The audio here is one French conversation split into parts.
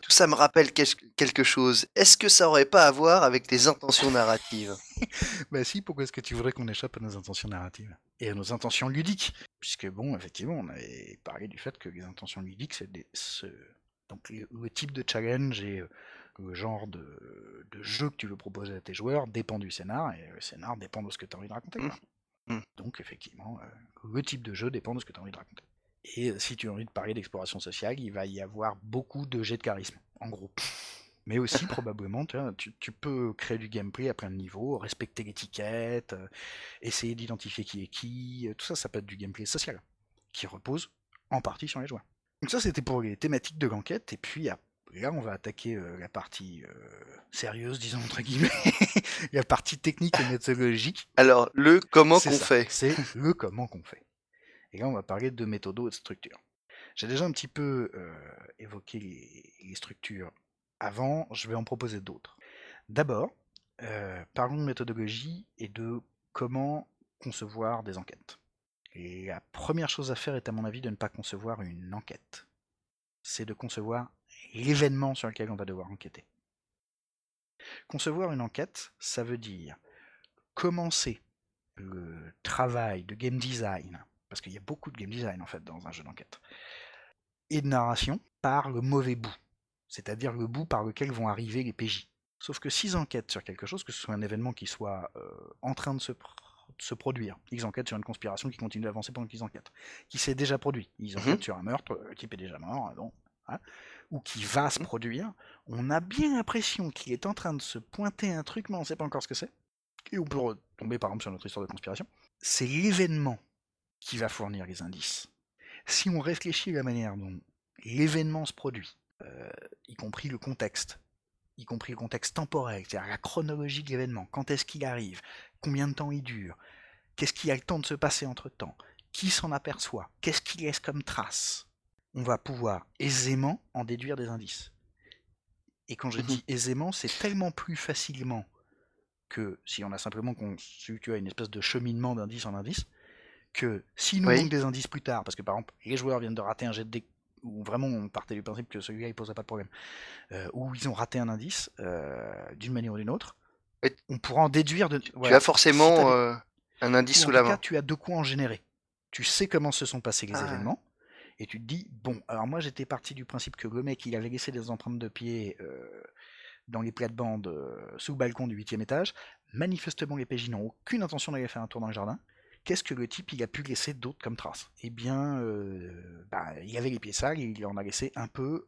Tout ça me rappelle quelque chose. Est-ce que ça aurait pas à voir avec tes intentions narratives? Bah si, pourquoi est-ce que tu voudrais qu'on échappe à nos intentions narratives et à nos intentions ludiques? Puisque bon, effectivement, on avait parlé du fait que les intentions ludiques, donc le type de challenge et le genre de jeu que tu veux proposer à tes joueurs dépend du scénar, et le scénar dépend de ce que tu as envie de raconter, Hum, quoi. hum. Donc effectivement, le type de jeu dépend de ce que tu as envie de raconter. Et si tu as envie de parler d'exploration sociale, il va y avoir beaucoup de jets de charisme, en gros. Mais aussi, probablement, tu peux créer du gameplay à plein de niveaux, respecter l'étiquette, essayer d'identifier qui est qui. Tout ça, ça peut être du gameplay social, qui repose en partie sur les joueurs. Donc ça, c'était pour les thématiques de l'enquête. Et puis, là, on va attaquer la partie sérieuse, disons, entre guillemets, la partie technique et méthodologique. Alors, le comment C'est qu'on ça, fait? c'est le comment qu'on fait. Et là, on va parler de méthodo et de structure. J'ai déjà un petit peu évoqué les structures avant, je vais en proposer d'autres. D'abord, parlons de méthodologie et de comment concevoir des enquêtes. Et la première chose à faire est à mon avis de ne pas concevoir une enquête. C'est de concevoir l'événement sur lequel on va devoir enquêter. Concevoir une enquête, ça veut dire commencer le travail de game design, parce qu'il y a beaucoup de game design en fait dans un jeu d'enquête, et de narration par le mauvais bout, c'est-à-dire le bout par lequel vont arriver les PJ. Sauf que s'ils enquêtent sur quelque chose, que ce soit un événement qui soit en train de se produire, ils enquêtent sur une conspiration qui continue d'avancer pendant qu'ils enquêtent, qui s'est déjà produit, ils Mhm, enquêtent sur un meurtre, le type est déjà mort, bon, hein, ou qui va se mhm. produire, on a bien l'impression qu'il est en train de se pointer un truc, mais on ne sait pas encore ce que c'est, et on peut retomber par exemple sur notre histoire de conspiration. C'est l'événement qui va fournir les indices. Si on réfléchit à la manière dont l'événement se produit, y compris le contexte temporel, c'est-à-dire la chronologie de l'événement, quand est-ce qu'il arrive, combien de temps il dure, qu'est-ce qui a le temps de se passer entre-temps, qui s'en aperçoit, qu'est-ce qu'il laisse comme trace, on va pouvoir aisément en déduire des indices. Et quand je Mhm. dis aisément, c'est tellement plus facilement que si on a simplement conçu une espèce de cheminement d'indice en indice, que s'il nous manque Oui. des indices plus tard, parce que par exemple les joueurs viennent de rater un jet de dé, où vraiment on partait du principe que celui-là il poserait pas de problème, où ils ont raté un indice d'une manière ou d'une autre, Et on pourra en déduire de. tu as Voilà. Si t'as forcément un indice ou sous en tout la cas, main. tu as de quoi en générer. Tu sais comment se sont passés les Ah. événements, et tu te dis, bon, alors moi j'étais parti du principe que le mec il avait laissé des empreintes de pied dans les plates-bandes sous le balcon du 8e étage. Manifestement, les PJ n'ont aucune intention d'aller faire un tour dans le jardin. Qu'est-ce que le type il a pu laisser d'autre comme trace? Eh bien, il avait les pieds sales et il en a laissé un peu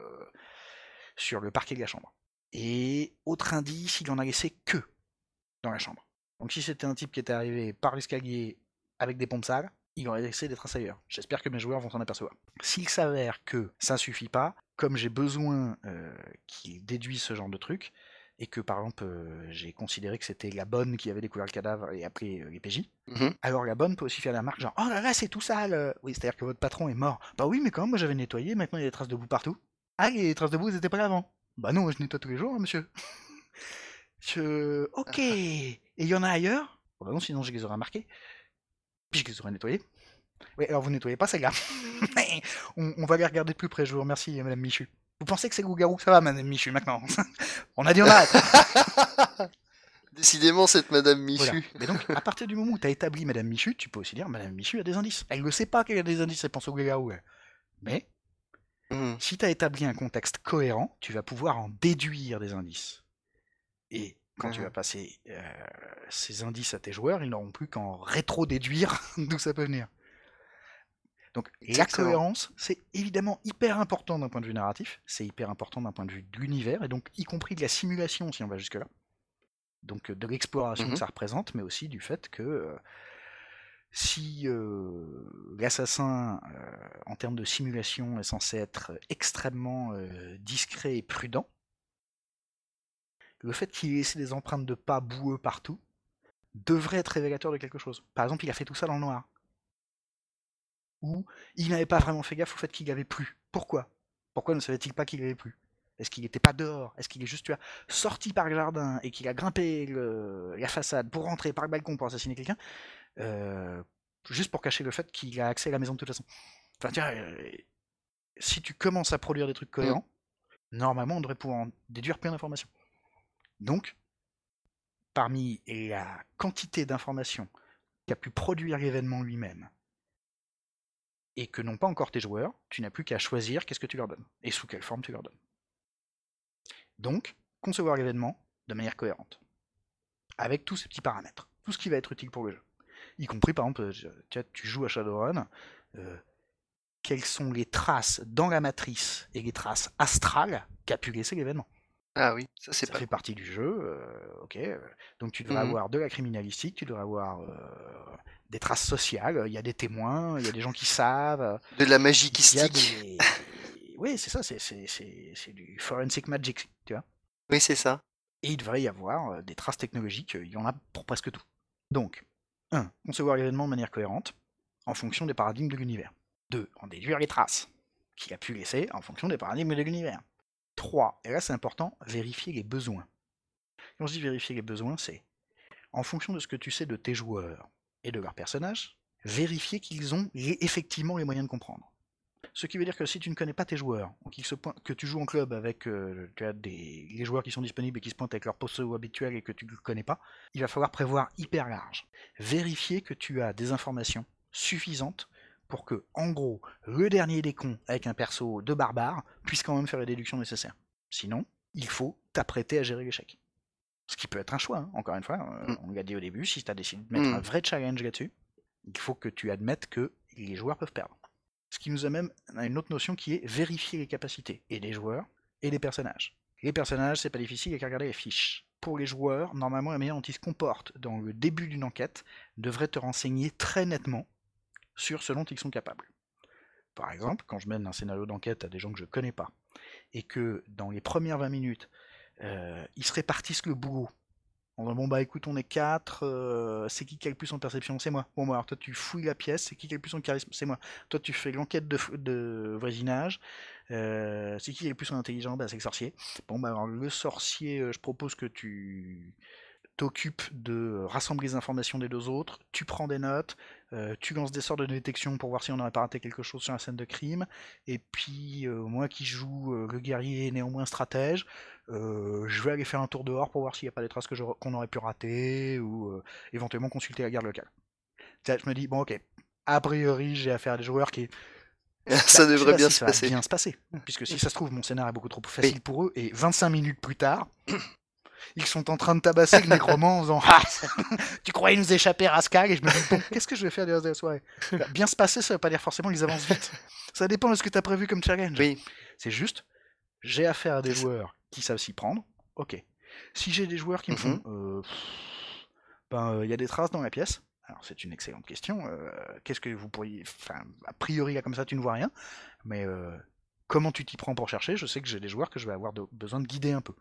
sur le parquet de la chambre. Et autre indice, il en a laissé que dans la chambre. Donc si c'était un type qui était arrivé par l'escalier avec des pompes sales, il aurait laissé des traces ailleurs. J'espère que mes joueurs vont s'en apercevoir. S'il s'avère que ça suffit pas, comme j'ai besoin qu'ils déduisent ce genre de truc, et que par exemple j'ai considéré que c'était la bonne qui avait découvert le cadavre et appelé les PJ, Mhm. alors la bonne peut aussi faire la marque genre oh là là c'est tout sale. Oui, c'est-à-dire que votre patron est mort. Bah oui mais quand même moi j'avais nettoyé, maintenant il y a des traces de boue partout. Ah les traces de boue elles étaient pas là avant. Bah non, je nettoie tous les jours, hein, monsieur. Ok. Et il y en a ailleurs? Bon, bah non, sinon je les aurais marqués. Puis je les aurais nettoyés. Oui, alors vous nettoyez pas celle-là. On va les regarder de plus près, je vous remercie, madame Michu. Vous pensez que c'est loup-garou? Ça va, madame Michu, maintenant. On a dit on arrête. Décidément, cette Madame Voilà. Michu. Mais donc, à partir du moment où tu as établi madame Michu, tu peux aussi dire madame Michu a des indices. Elle ne sait pas qu'elle a des indices, elle pense au loup-garou. Elle. Mais, Mhm. si tu as établi un contexte cohérent, tu vas pouvoir en déduire des indices. Et quand tu vas Mhm. passer ces indices à tes joueurs, ils n'auront plus qu'en rétro-déduire d'où ça peut venir. Donc la Exactement. cohérence, c'est évidemment hyper important d'un point de vue narratif, c'est hyper important d'un point de vue de l'univers, et donc y compris de la simulation si on va jusque-là. Donc de l'exploration que Mhm. ça représente, mais aussi du fait que si l'assassin, en termes de simulation, est censé être extrêmement discret et prudent, le fait qu'il ait laissé des empreintes de pas boueux partout devrait être révélateur de quelque chose. Par exemple, il a fait tout ça dans le noir. Ou il n'avait pas vraiment fait gaffe au fait qu'il avait plu. Pourquoi? Pourquoi ne savait-il pas qu'il avait plu? Est-ce qu'il n'était pas dehors? Est-ce qu'il est juste sorti par le jardin et qu'il a grimpé la façade pour rentrer par le balcon pour assassiner quelqu'un juste pour cacher le fait qu'il a accès à la maison de toute façon. Enfin, tiens, si tu commences à produire des trucs Mhm. cohérents, Normalement, on devrait pouvoir en déduire plein d'informations. Donc, parmi la quantité d'informations qu'a pu produire l'événement lui-même, et que n'ont pas encore tes joueurs, tu n'as plus qu'à choisir qu'est-ce que tu leur donnes, et sous quelle forme tu leur donnes. Donc, concevoir l'événement de manière cohérente, avec tous ces petits paramètres, tout ce qui va être utile pour le jeu. Y compris, par exemple, tu joues à Shadowrun, quelles sont les traces dans la matrice et les traces astrales qu'a pu laisser l'événement. Ah oui, ça c'est Ça pas fait cool. partie du jeu, ok. Donc tu devrais Mhm. avoir de la criminalistique, tu devrais avoir des traces sociales, il y a des témoins, il y a des gens qui savent, De la magie qui il y a stick. des... Oui, c'est ça, c'est du forensic magic, tu vois. Oui, c'est ça. Et il devrait y avoir des traces technologiques, il y en a pour presque tout. Donc, 1. Concevoir l'événement de manière cohérente, en fonction des paradigmes de l'univers. 2. En déduire les traces qu'il a pu laisser en fonction des paradigmes de l'univers. 3. Et là c'est important, vérifier les besoins. Quand je dis vérifier les besoins, c'est en fonction de ce que tu sais de tes joueurs et de leurs personnages, vérifier qu'ils ont effectivement les moyens de comprendre. Ce qui veut dire que si tu ne connais pas tes joueurs, ou que tu joues en club avec les joueurs qui sont disponibles et qui se pointent avec leur posto habituel et que tu ne le connais pas, il va falloir prévoir hyper large. Vérifier que tu as des informations suffisantes pour que, en gros, le dernier des cons avec un perso de barbare puisse quand même faire les déductions nécessaires. Sinon, il faut t'apprêter à gérer l'échec. Ce qui peut être un choix, hein. Encore une fois, Mm. on l'a dit au début, si tu as décidé de mettre un Mm. vrai challenge là-dessus, il faut que tu admettes que les joueurs peuvent perdre. Ce qui nous amène à une autre notion qui est vérifier les capacités, et des joueurs, et des personnages. Les personnages, c'est pas difficile, il n'y a qu'à regarder les fiches. Pour les joueurs, normalement, la manière dont ils se comportent dans le début d'une enquête devrait te renseigner très nettement sur ce dont ils sont capables. Par exemple, quand je mène un scénario d'enquête à des gens que je connais pas, et que dans les premières 20 minutes, ils se répartissent le boulot. On dit, bon bah écoute, on est 4, c'est qui a le plus en perception? C'est moi. Bon bah alors toi tu fouilles la pièce, c'est qui a le plus en charisme? C'est moi. Toi tu fais l'enquête de voisinage, c'est qui a le plus en intelligence? Bah c'est le sorcier. Bon bah alors le sorcier, je propose que tu t'occupes de rassembler les informations des deux autres, tu prends des notes, tu lances des sorts de détection pour voir si on n'aurait pas raté quelque chose sur la scène de crime, et puis moi qui joue le guerrier néanmoins stratège, je vais aller faire un tour dehors pour voir s'il n'y a pas des traces qu'on aurait pu rater, ou éventuellement consulter la garde locale. Je me dis, bon ok, a priori j'ai affaire à des joueurs qui... Bah, Ça je sais devrait pas bien si se ça va passer. bien se passer, puisque si ça se trouve mon scénar est beaucoup trop Oui. facile pour eux, et 25 minutes plus tard, ils sont en train de tabasser le nécromant en faisant ah, tu croyais nous échapper, Rascal? Et je me dis, bon, qu'est-ce que je vais faire du reste de la soirée? Bah, bien se passer, ça veut pas dire forcément qu'ils avancent vite. Ça dépend de ce que tu as prévu comme challenge. Oui. C'est juste, j'ai affaire à des joueurs qui savent s'y prendre, ok. Si j'ai des joueurs qui me Mhm. font, ben, il y a des traces dans la pièce. Alors c'est une excellente question. Qu'est-ce que vous pourriez, enfin, a priori là comme ça tu ne vois rien, mais comment tu t'y prends pour chercher? Je sais que j'ai des joueurs que je vais avoir besoin de guider un peu.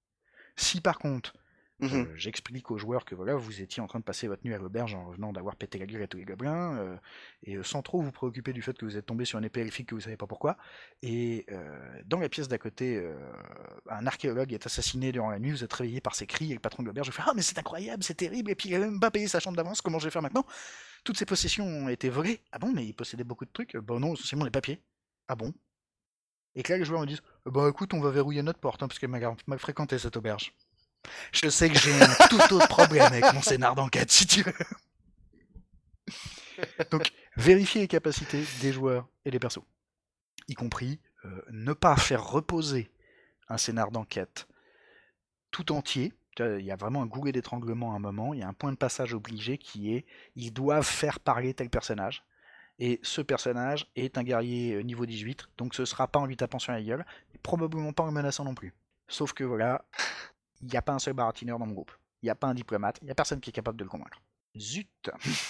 Si par contre Mhm. j'explique aux joueurs que voilà, vous étiez en train de passer votre nuit à l'auberge en revenant d'avoir pété la gueule à tous les gobelins, et sans trop vous préoccuper du fait que vous êtes tombé sur une épée elfique que vous savez pas pourquoi. Et dans la pièce d'à côté, un archéologue est assassiné durant la nuit, vous êtes réveillé par ses cris, et le patron de l'auberge vous fait ah mais c'est incroyable, c'est terrible, et puis il a même pas payé sa chambre d'avance, comment je vais faire maintenant? Toutes ces possessions ont été volées. Ah bon, mais il possédait beaucoup de trucs? Bon non, essentiellement les papiers. Ah bon? Et que là les joueurs me disent bah écoute, on va verrouiller notre porte, hein, parce qu'elle m'a mal fréquenté cette auberge. Je sais que j'ai un tout autre problème avec mon scénar d'enquête, si tu veux. Donc, vérifier les capacités des joueurs et des persos, y compris ne pas faire reposer un scénar d'enquête tout entier. Il y a vraiment un goulet d'étranglement à un moment, il y a un point de passage obligé qui est ils doivent faire parler tel personnage. Et ce personnage est un guerrier niveau 18, donc ce sera pas en lui tapant sur la gueule, et probablement pas en menaçant non plus. Sauf que voilà, il n'y a pas un seul baratineur dans le groupe. Il n'y a pas un diplomate, il n'y a personne qui est capable de le convaincre. Zut.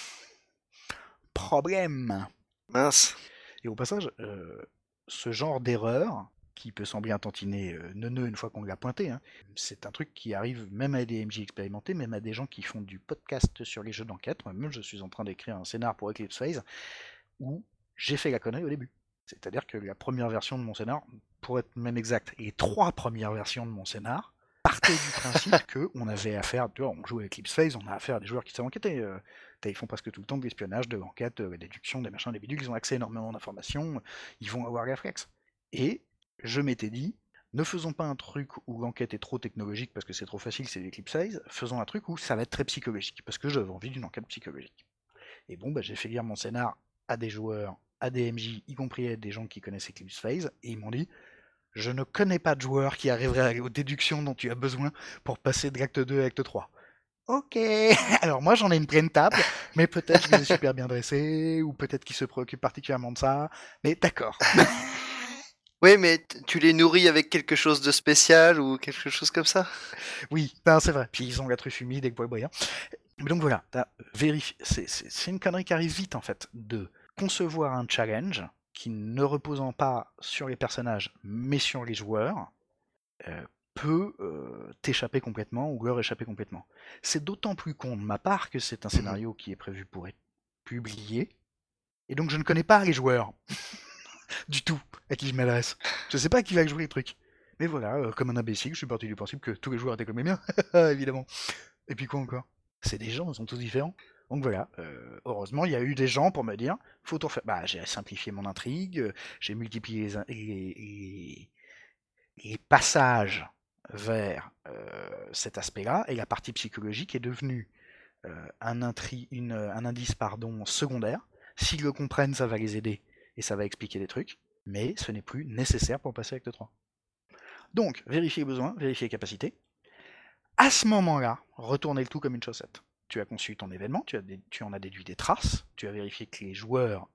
Problème. Mince. Et au passage, ce genre d'erreur, qui peut sembler un tantinet neuneux une fois qu'on l'a pointé, hein, c'est un truc qui arrive même à des MJ expérimentés, même à des gens qui font du podcast sur les jeux d'enquête. Moi-même, je suis en train d'écrire un scénar pour Eclipse Phase où j'ai fait la connerie au début. C'est-à-dire que la première version de mon scénar, pour être même exact, les 3 premières versions de mon scénar, partaient du principe qu'on avait affaire, tu vois, on joue à Eclipse Phase, on a affaire à des joueurs qui savent enquêter. Ils font presque tout le temps de l'espionnage, de l'enquête, de la déduction, des machins, des bidules, ils ont accès à énormément d'informations, ils vont avoir les réflexes. Et je m'étais dit, Ne faisons pas un truc où l'enquête est trop technologique parce que c'est trop facile, c'est l'Eclipse Phase. Faisons un truc où ça va être très psychologique parce que j'avais envie d'une enquête psychologique. Et bon, j'ai fait lire mon scénar à des joueurs, à des MJ, y compris à des gens qui connaissent Eclipse Phase, et ils m'ont dit je ne connais pas de joueur qui arriverait aux déductions dont tu as besoin pour passer de l'acte 2 à l'acte 3. Ok, alors moi j'en ai une pleine table, mais peut-être je les ai super bien dressés, ou peut-être qu'ils se préoccupent particulièrement de ça, mais d'accord. Oui, mais tu les nourris avec quelque chose de spécial ou quelque chose comme ça? Oui, c'est vrai. Puis ils ont la truffe humide et le poil brillant. Mais donc voilà, c'est une connerie qui arrive vite en fait, de concevoir un challenge qui ne reposant pas sur les personnages mais sur les joueurs, peut t'échapper complètement ou leur échapper complètement. C'est d'autant plus con de ma part que c'est un scénario qui est prévu pour être publié, et donc je ne connais pas les joueurs du tout à qui je m'adresse. Je sais pas à qui va jouer le truc. Mais voilà, comme un imbécile, je suis parti du principe que tous les joueurs étaient comme les miens, évidemment. Et puis quoi encore? C'est des gens, ils sont tous différents. Donc voilà, heureusement, il y a eu des gens pour me dire, faut tout refaire. Bah, j'ai simplifié mon intrigue, j'ai multiplié les passages vers cet aspect-là, et la partie psychologique est devenue un indice secondaire. S'ils le comprennent, ça va les aider et ça va expliquer des trucs, mais ce n'est plus nécessaire pour passer avec le 3. Donc, vérifier les besoins, vérifier les capacités. À ce moment-là, retournez le tout comme une chaussette. Tu as conçu ton événement, tu en as déduit des traces, tu as vérifié que les joueurs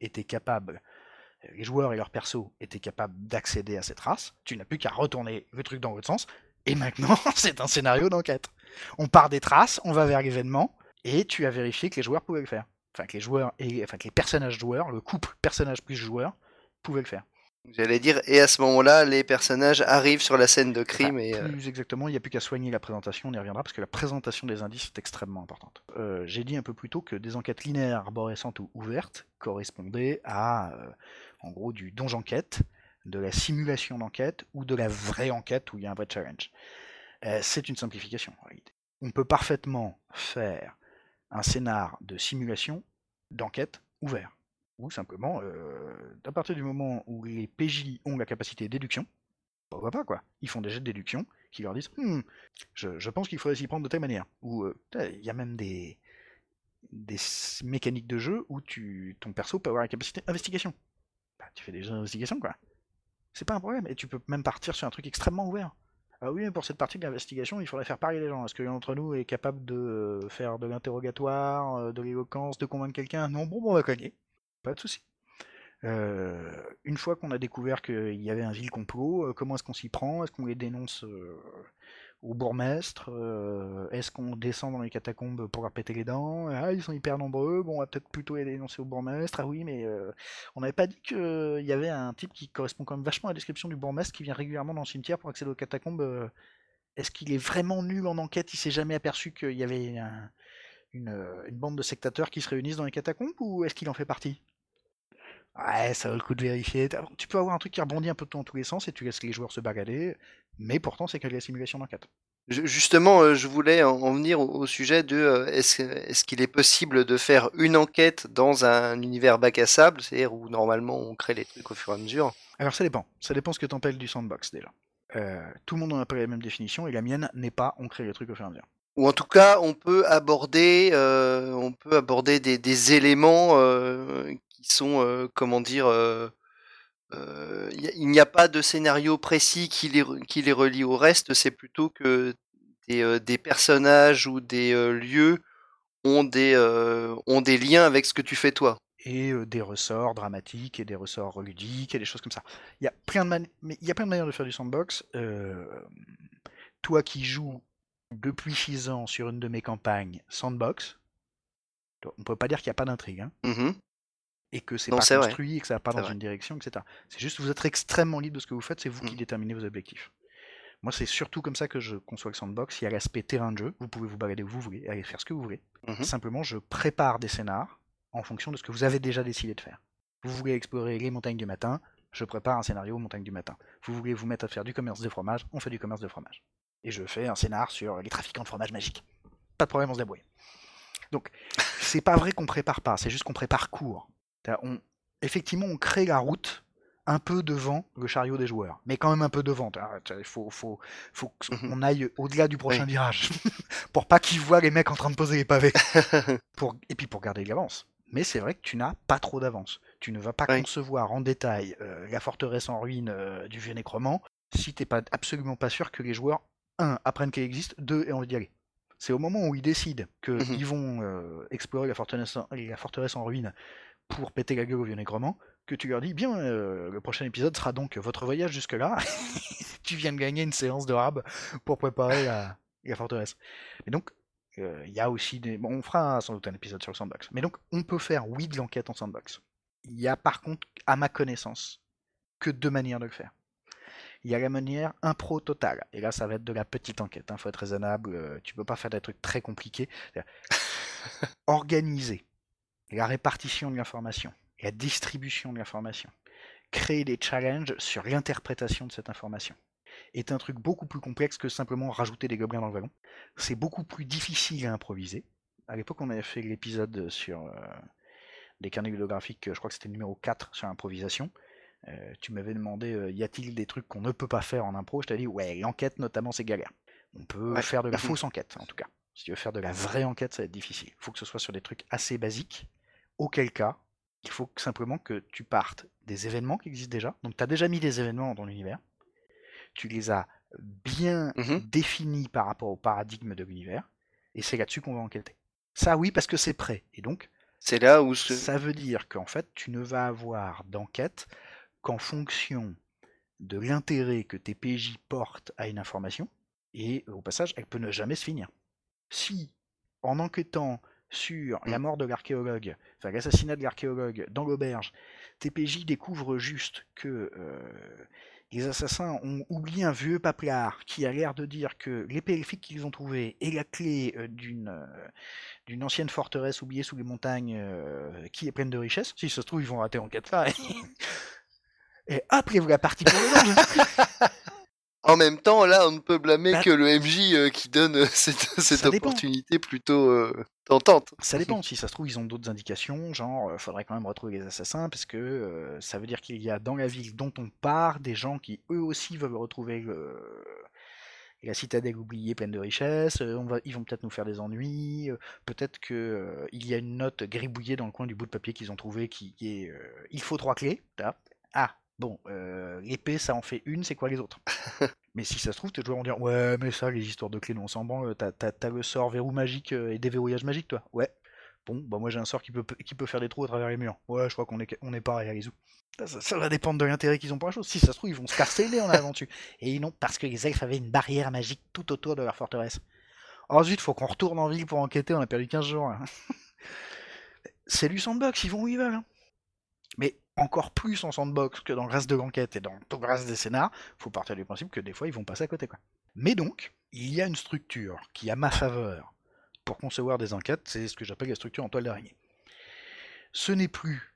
et leurs persos étaient capables d'accéder à ces traces. Tu n'as plus qu'à retourner le truc dans l'autre sens. Et maintenant, c'est un scénario d'enquête. On part des traces, on va vers l'événement, et tu as vérifié que les joueurs pouvaient le faire. Enfin, que les personnages joueurs, le couple personnage plus joueur, pouvaient le faire. J'allais dire, et à ce moment-là, les personnages arrivent sur la scène de Enfin, crime et... plus exactement, il n'y a plus qu'à soigner la présentation, on y reviendra, parce que la présentation des indices est extrêmement importante. J'ai dit un peu plus tôt que des enquêtes linéaires, arborescentes ou ouvertes correspondaient à, en gros, du donjon-enquête, de la simulation d'enquête, ou de la vraie enquête où il y a un vrai challenge. C'est une simplification, en réalité. On peut parfaitement faire un scénar de simulation d'enquête ouvert. Ou simplement, à partir du moment où les PJ ont la capacité de déduction, pourquoi pas quoi. Ils font des jets de déduction qui leur disent je pense qu'il faudrait s'y prendre de telle manière. Ou il y a même des mécaniques de jeu où ton perso peut avoir la capacité d'investigation. Bah, tu fais des jeux d'investigation quoi. C'est pas un problème. Et tu peux même partir sur un truc extrêmement ouvert. Ah oui, mais pour cette partie de l'investigation, il faudrait faire parler les gens. Est-ce que l'un d'entre nous est capable de faire de l'interrogatoire, de l'éloquence, de convaincre quelqu'un? Non, bon, on va cogner. Pas de souci. Une fois qu'on a découvert qu'il y avait un vil complot, comment est-ce qu'on s'y prend? Est-ce qu'on les dénonce au bourgmestre? Est-ce qu'on descend dans les catacombes pour leur péter les dents? Ah, ils sont hyper nombreux, bon, on va peut-être plutôt les dénoncer au bourgmestre. Ah oui, mais on n'avait pas dit qu'il y avait un type qui correspond quand même vachement à la description du bourgmestre qui vient régulièrement dans le cimetière pour accéder aux catacombes. Est-ce qu'il est vraiment nul en enquête? Il s'est jamais aperçu qu'il y avait une bande de sectateurs qui se réunissent dans les catacombes ou est-ce qu'il en fait partie? Ouais, ça vaut le coup de vérifier. Tu peux avoir un truc qui rebondit un peu dans tous les sens et tu laisses les joueurs se bagader, mais pourtant c'est que de la simulation d'enquête. Justement, je voulais en venir au sujet de est-ce qu'il est possible de faire une enquête dans un univers bac à sable, c'est-à-dire où normalement on crée les trucs au fur et à mesure? Alors ça dépend. Ça dépend ce que t'empelles du sandbox déjà. Tout le monde en a pas la même définition et la mienne n'est pas on crée les trucs au fur et à mesure. Ou en tout cas, on peut aborder des éléments qui sont, comment dire, il n'y a pas de scénario précis qui les relie au reste, c'est plutôt que des personnages ou des lieux ont des liens avec ce que tu fais toi. Et des ressorts dramatiques et des ressorts ludiques et des choses comme ça. Il y a plein de manières de faire du sandbox. Toi qui joues depuis 6 ans sur une de mes campagnes sandbox, on peut pas dire qu'il n'y a pas d'intrigue, hein, Mhm. et que c'est Non, pas c'est vrai, construit et que ça va pas c'est dans vrai. une direction, etc. C'est juste vous êtes extrêmement libre de ce que vous faites, c'est vous qui Mhm. déterminez vos objectifs. Moi, c'est surtout comme ça que je conçois le sandbox. Il y a l'aspect terrain de jeu, vous pouvez vous balader où vous voulez, aller faire ce que vous voulez. Mhm. Simplement, je prépare des scénars en fonction de ce que vous avez déjà décidé de faire. Vous voulez explorer les montagnes du matin, je prépare un scénario aux montagnes du matin. Vous voulez vous mettre à faire du commerce de fromage, on fait du commerce de fromage. Et je fais un scénar sur les trafiquants de fromage magique. Pas de problème, on se débrouille. Donc, c'est pas vrai qu'on prépare pas, c'est juste qu'on prépare court. On, effectivement, on crée la route un peu devant le chariot des joueurs, mais quand même un peu devant. Il faut qu'on aille au-delà du prochain virage, pour pas qu'ils voient les mecs en train de poser les pavés, et puis pour garder de l'avance. Mais c'est vrai que tu n'as pas trop d'avance. Tu ne vas pas concevoir en détail la forteresse en ruine du vieux nécromant si t'es pas absolument pas sûr que les joueurs, 1, apprennent qu'elle existe, 2, aient envie d'y aller. C'est au moment où ils décident qu'ils vont explorer la forteresse en ruine pour péter la gueule au vieux nécromant, que tu leur dis, bien, le prochain épisode sera donc votre voyage jusque-là. Tu viens de gagner une séance de rab pour préparer la forteresse. Mais donc, il y a aussi des... Bon, on fera sans doute un épisode sur le sandbox. Mais donc, on peut faire, oui, de l'enquête en sandbox. Il y a par contre, à ma connaissance, que 2 manières de le faire. Il y a la manière impro totale. Et là, ça va être de la petite enquête. Faut être raisonnable. Tu peux pas faire des trucs très compliqués. Organiser la répartition de l'information, la distribution de l'information, créer des challenges sur l'interprétation de cette information est un truc beaucoup plus complexe que simplement rajouter des gobelins dans le wagon. C'est beaucoup plus difficile à improviser. À l'époque, on avait fait l'épisode sur des carnets ludographiques, je crois que c'était le numéro 4 sur l'improvisation. Tu m'avais demandé, y a-t-il des trucs qu'on ne peut pas faire en impro? Je t'avais dit, ouais, l'enquête notamment, c'est galère. On peut faire de la fausse enquête, en tout cas. Si tu veux faire de la vraie enquête, ça va être difficile. Il faut que ce soit sur des trucs assez basiques, auquel cas, il faut simplement que tu partes des événements qui existent déjà. Donc tu as déjà mis des événements dans ton univers. Tu les as bien définis par rapport au paradigme de l'univers. Et c'est là-dessus qu'on va enquêter. Ça, oui, parce que c'est prêt. Et donc, c'est là où ça veut dire qu'en fait, tu ne vas avoir d'enquête qu'en fonction de l'intérêt que tes PJ portent à une information. Et au passage, elle peut ne jamais se finir. Si, en enquêtant sur la mort de l'archéologue, enfin l'assassinat de l'archéologue dans l'auberge, TPJ découvre juste que les assassins ont oublié un vieux paplard qui a l'air de dire que l'épée elfique qu'ils ont trouvée est la clé d'une ancienne forteresse oubliée sous les montagnes qui est pleine de richesses. Si ça se trouve, ils vont rater l'enquête là. Et hop, les voilà partis pour le danger. En même temps, là, on ne peut blâmer que le MJ qui donne cette opportunité plutôt tentante. Ça dépend, si ça se trouve, ils ont d'autres indications, genre, faudrait quand même retrouver les assassins, parce que ça veut dire qu'il y a dans la ville dont on part des gens qui, eux aussi, veulent retrouver la citadelle oubliée pleine de richesses, ils vont peut-être nous faire des ennuis, peut-être qu'il y a une note gribouillée dans le coin du bout de papier qu'ils ont trouvé qui est « il faut 3 clés ». Ah, bon, l'épée, ça en fait une, c'est quoi les autres? Mais si ça se trouve, tes joueurs vont dire « Ouais, mais ça, les histoires de clés, non, on s'en branle, t'as le sort verrou magique et déverrouillage magique, toi ?» Ouais. Bon, bah moi j'ai un sort qui peut faire des trous à travers les murs. Ouais, je crois qu'on est pareil à les ça va dépendre de l'intérêt qu'ils ont pour la chose. Si ça se trouve, ils vont se casser les nez en avant dessus. Et non, parce que les elfes avaient une barrière magique tout autour de leur forteresse. Ensuite, faut qu'on retourne en ville pour enquêter, on a perdu 15 jours. Là. C'est du sandbox, ils vont où ils veulent. Hein. Mais encore plus en sandbox que dans le reste de l'enquête et dans tout le reste des scénars, faut partir du principe que des fois ils vont passer à côté. Quoi. Mais donc, il y a une structure qui, à ma faveur, pour concevoir des enquêtes, c'est ce que j'appelle la structure en toile d'araignée. Ce n'est plus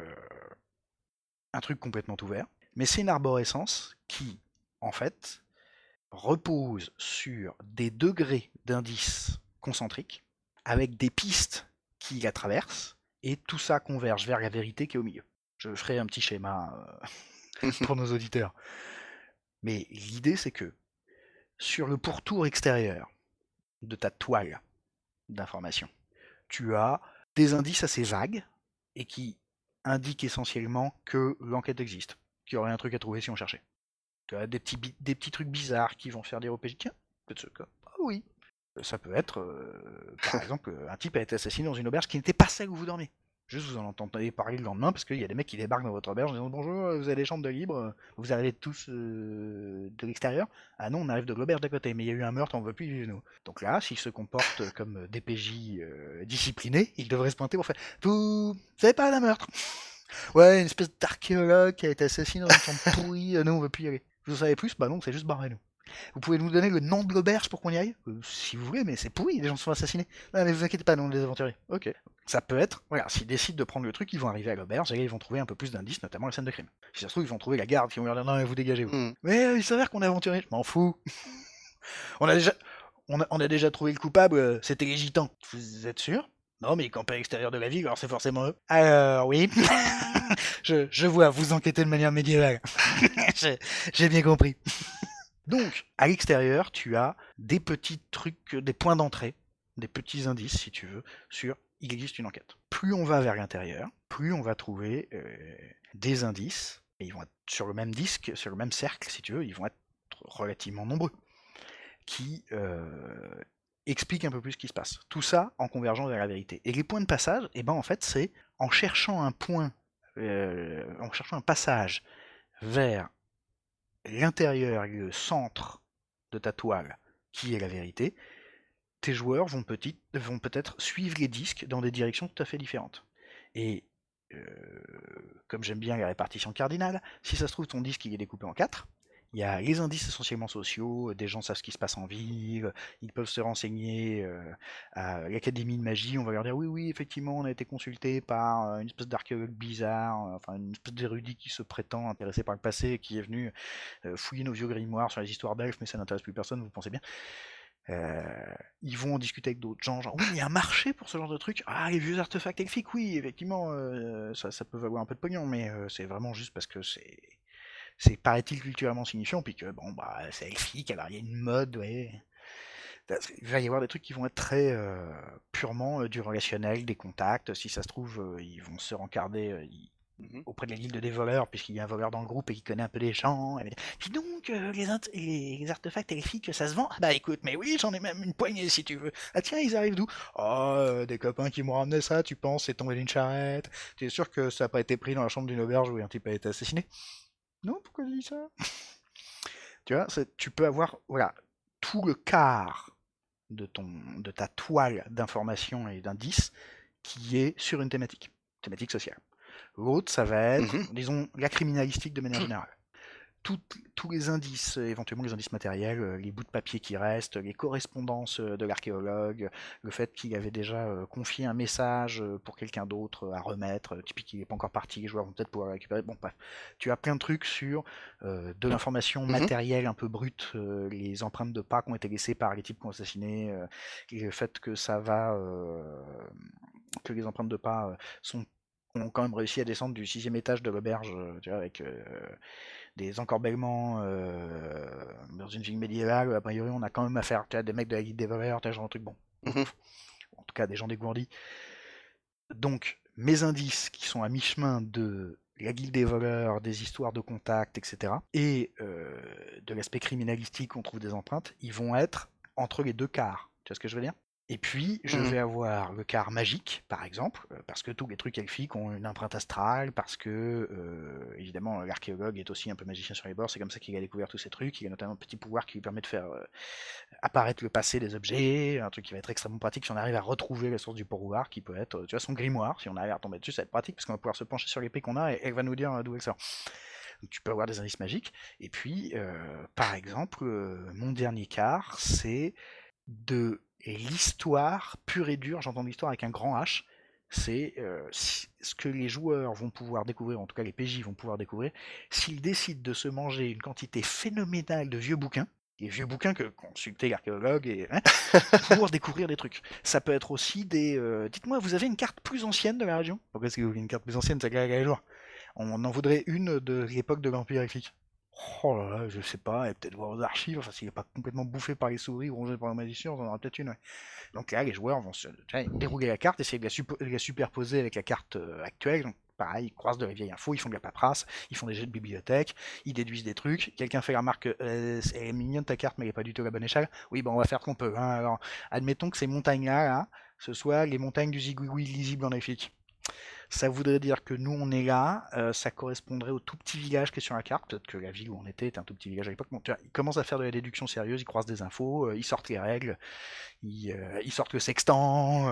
un truc complètement ouvert, mais c'est une arborescence qui, en fait, repose sur des degrés d'indices concentriques, avec des pistes qui la traversent, et tout ça converge vers la vérité qui est au milieu. Je ferai un petit schéma pour nos auditeurs. Mais l'idée, c'est que sur le pourtour extérieur de ta toile d'information, tu as des indices assez vagues et qui indiquent essentiellement que l'enquête existe, qu'il y aurait un truc à trouver si on cherchait. Tu as des petits trucs bizarres qui vont faire dire au PJ, tiens, peut-être ce cas. Ah oui. Ça peut être, par exemple, un type a été assassiné dans une auberge qui n'était pas celle où vous dormez. Juste vous en entendez parler le lendemain parce qu'il y a des mecs qui débarquent dans votre auberge en disant bonjour, vous avez des chambres de libre, vous arrivez tous de l'extérieur. Ah non, on arrive de l'auberge d'à côté, mais il y a eu un meurtre, on ne veut plus vivre nous. Donc là, s'ils se comportent comme des PJ disciplinés, ils devraient se pointer pour faire vous savez pas d'un meurtre? Ouais, une espèce d'archéologue qui a été assassiné dans une chambre pourrie, nous on veut plus y aller. Vous savez plus? Bah non, c'est juste barré nous. Vous pouvez nous donner le nom de l'auberge pour qu'on y aille? Si vous voulez, mais c'est pourri, les gens se font assassiner. Non, mais vous inquiétez pas, nous, les aventuriers. Ok. Ça peut être, voilà, s'ils décident de prendre le truc, ils vont arriver à l'auberge et là, ils vont trouver un peu plus d'indices, notamment la scène de crime. Si ça se trouve, ils vont trouver la garde qui vont leur dire non, mais vous dégagez, vous. Mais il s'avère qu'on est aventurier. Je m'en fous. on a déjà trouvé le coupable, c'était les gitans. Vous êtes sûr? Non, mais ils campaient à l'extérieur de la ville, alors c'est forcément eux. Alors, oui. je vois, vous enquêtez de manière médiévale. J'ai bien compris. Donc, à l'extérieur, tu as des petits trucs, des points d'entrée, des petits indices, si tu veux, sur il existe une enquête. Plus on va vers l'intérieur, plus on va trouver des indices, et ils vont être sur le même disque, sur le même cercle, si tu veux, ils vont être relativement nombreux, qui expliquent un peu plus ce qui se passe. Tout ça en convergeant vers la vérité. Et les points de passage, eh ben en fait, c'est en cherchant un point, en cherchant un passage vers l'intérieur et le centre de ta toile, qui est la vérité, tes joueurs vont peut-être suivre les disques dans des directions tout à fait différentes. Et euh, comme j'aime bien les répartitions cardinales, si ça se trouve ton disque il est découpé en quatre, il y a les indices essentiellement sociaux, des gens savent ce qui se passe en ville, ils peuvent se renseigner à l'académie de magie, on va leur dire oui oui effectivement on a été consulté par une espèce d'archéologue bizarre, enfin une espèce d'érudit qui se prétend intéressé par le passé et qui est venu fouiller nos vieux grimoires sur les histoires d'elfes mais ça n'intéresse plus personne, vous pensez bien. Euh, Ils vont en discuter avec d'autres gens, genre oui, il y a un marché pour ce genre de truc. Ah, les vieux artefacts elfiques, oui, effectivement, ça peut valoir un peu de pognon, mais c'est vraiment juste parce que c'est paraît-il culturellement signifiant, puis que bon, bah, c'est elfique, alors il y a une mode, ouais. Il va y avoir des trucs qui vont être très purement du relationnel, des contacts. Si ça se trouve, ils vont se rencarder, Mhm. auprès de la guilde des voleurs, puisqu'il y a un voleur dans le groupe et qui connaît un peu les gens. Dis donc, les artefacts elfiques, ça se vend? Bah écoute, mais oui, j'en ai même une poignée si tu veux. Ah tiens, ils arrivent d'où? Oh, des copains qui m'ont ramené ça, tu penses, c'est tombé d'une charrette. T'es sûr que ça n'a pas été pris dans la chambre d'une auberge où un type a été assassiné? Non, pourquoi tu dis ça? Tu vois, tu peux avoir, voilà, tout le quart de ta toile d'informations et d'indices qui est sur une thématique sociale. L'autre, ça va être, Mhm. disons, la criminalistique de manière générale. Tous les indices, éventuellement les indices matériels, les bouts de papier qui restent, les correspondances de l'archéologue, le fait qu'il avait déjà confié un message pour quelqu'un d'autre à remettre, typiquement il n'est pas encore parti, les joueurs vont peut-être pouvoir le récupérer. Bon, bref, tu as plein de trucs sur de l'information Mhm. matérielle un peu brute, les empreintes de pas qui ont été laissées par les types qui ont assassiné, le fait que ça va, que les empreintes de pas sont ont quand même réussi à descendre du sixième étage de l'auberge, tu vois, avec des encorbellements dans une ville médiévale. A priori, on a quand même affaire à des mecs de la guilde des voleurs, genre de truc bon. Mhm. En tout cas, des gens dégourdis. Donc, mes indices qui sont à mi-chemin de la guilde des voleurs, des histoires de contact, etc., et de l'aspect criminalistique où on trouve des empreintes, ils vont être entre les deux quarts. Tu vois ce que je veux dire? Et puis, je Mhm. vais avoir le quart magique, par exemple, parce que tous les trucs elfiques ont une empreinte astrale, parce que, évidemment, l'archéologue est aussi un peu magicien sur les bords, c'est comme ça qu'il a découvert tous ces trucs, il a notamment un petit pouvoir qui lui permet de faire apparaître le passé des objets, un truc qui va être extrêmement pratique si on arrive à retrouver la source du pouvoir, qui peut être, tu vois, son grimoire, si on arrive à tomber dessus, ça va être pratique, parce qu'on va pouvoir se pencher sur l'épée qu'on a, et elle va nous dire d'où elle sort. Donc tu peux avoir des indices magiques, et puis, par exemple, mon dernier quart, c'est de l'histoire pure et dure, j'entends l'histoire avec un grand H, c'est ce que les joueurs vont pouvoir découvrir, en tout cas les PJ vont pouvoir découvrir, s'ils décident de se manger une quantité phénoménale de vieux bouquins, les vieux bouquins que consultait l'archéologue, pour découvrir des trucs. Ça peut être aussi des... dites-moi, vous avez une carte plus ancienne de la région? Pourquoi est-ce que vous avez une carte plus ancienne? Ça gagne les jours. On en voudrait une de l'époque de l'Empire elfique. Oh là là, je sais pas, et peut-être voir aux archives, enfin s'il n'est pas complètement bouffé par les souris ou rongé par les magiciens, on en aura peut-être une, ouais. Donc là, les joueurs vont dérouler la carte, essayer de la superposer avec la carte actuelle. Donc pareil, ils croisent de la vieille info, ils font de la paperasse, ils font des jets de bibliothèque, ils déduisent des trucs. Quelqu'un fait la remarque, elle est mignonne ta carte, mais elle n'est pas du tout à la bonne échelle. Oui, bon, on va faire ce qu'on peut, hein. Alors, admettons que ces montagnes-là, là, ce soit les montagnes du Zigouigoui lisibles en Elfique. Ça voudrait dire que nous on est là, ça correspondrait au tout petit village qui est sur la carte. Peut-être que la ville où on était un tout petit village à l'époque. Bon, tu vois, ils commencent à faire de la déduction sérieuse, ils croisent des infos, ils sortent les règles, ils sortent le sextant.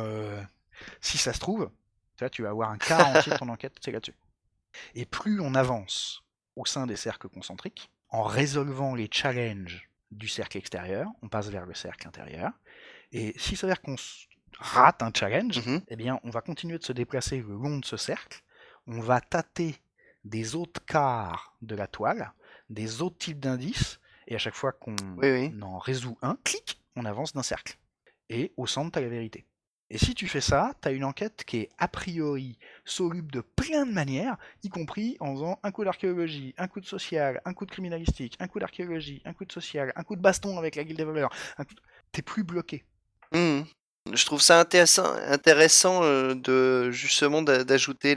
Si ça se trouve, tu vois, tu vas avoir un quart entier de ton enquête, c'est là-dessus. Et plus on avance au sein des cercles concentriques, en résolvant les challenges du cercle extérieur, on passe vers le cercle intérieur. Et s'il s'avère qu'on rate un challenge, Mhm. eh bien, on va continuer de se déplacer le long de ce cercle. On va tâter des autres quarts de la toile, des autres types d'indices, et à chaque fois qu'on Oui, oui. en résout un, clic, on avance d'un cercle. Et au centre, tu as la vérité. Et si tu fais ça, tu as une enquête qui est a priori soluble de plein de manières, y compris en faisant un coup d'archéologie, un coup de social, un coup de criminalistique, un coup d'archéologie, un coup de social, un coup de baston avec la guilde des voleurs. T'es plus bloqué. Mmh. Je trouve ça intéressant de justement d'ajouter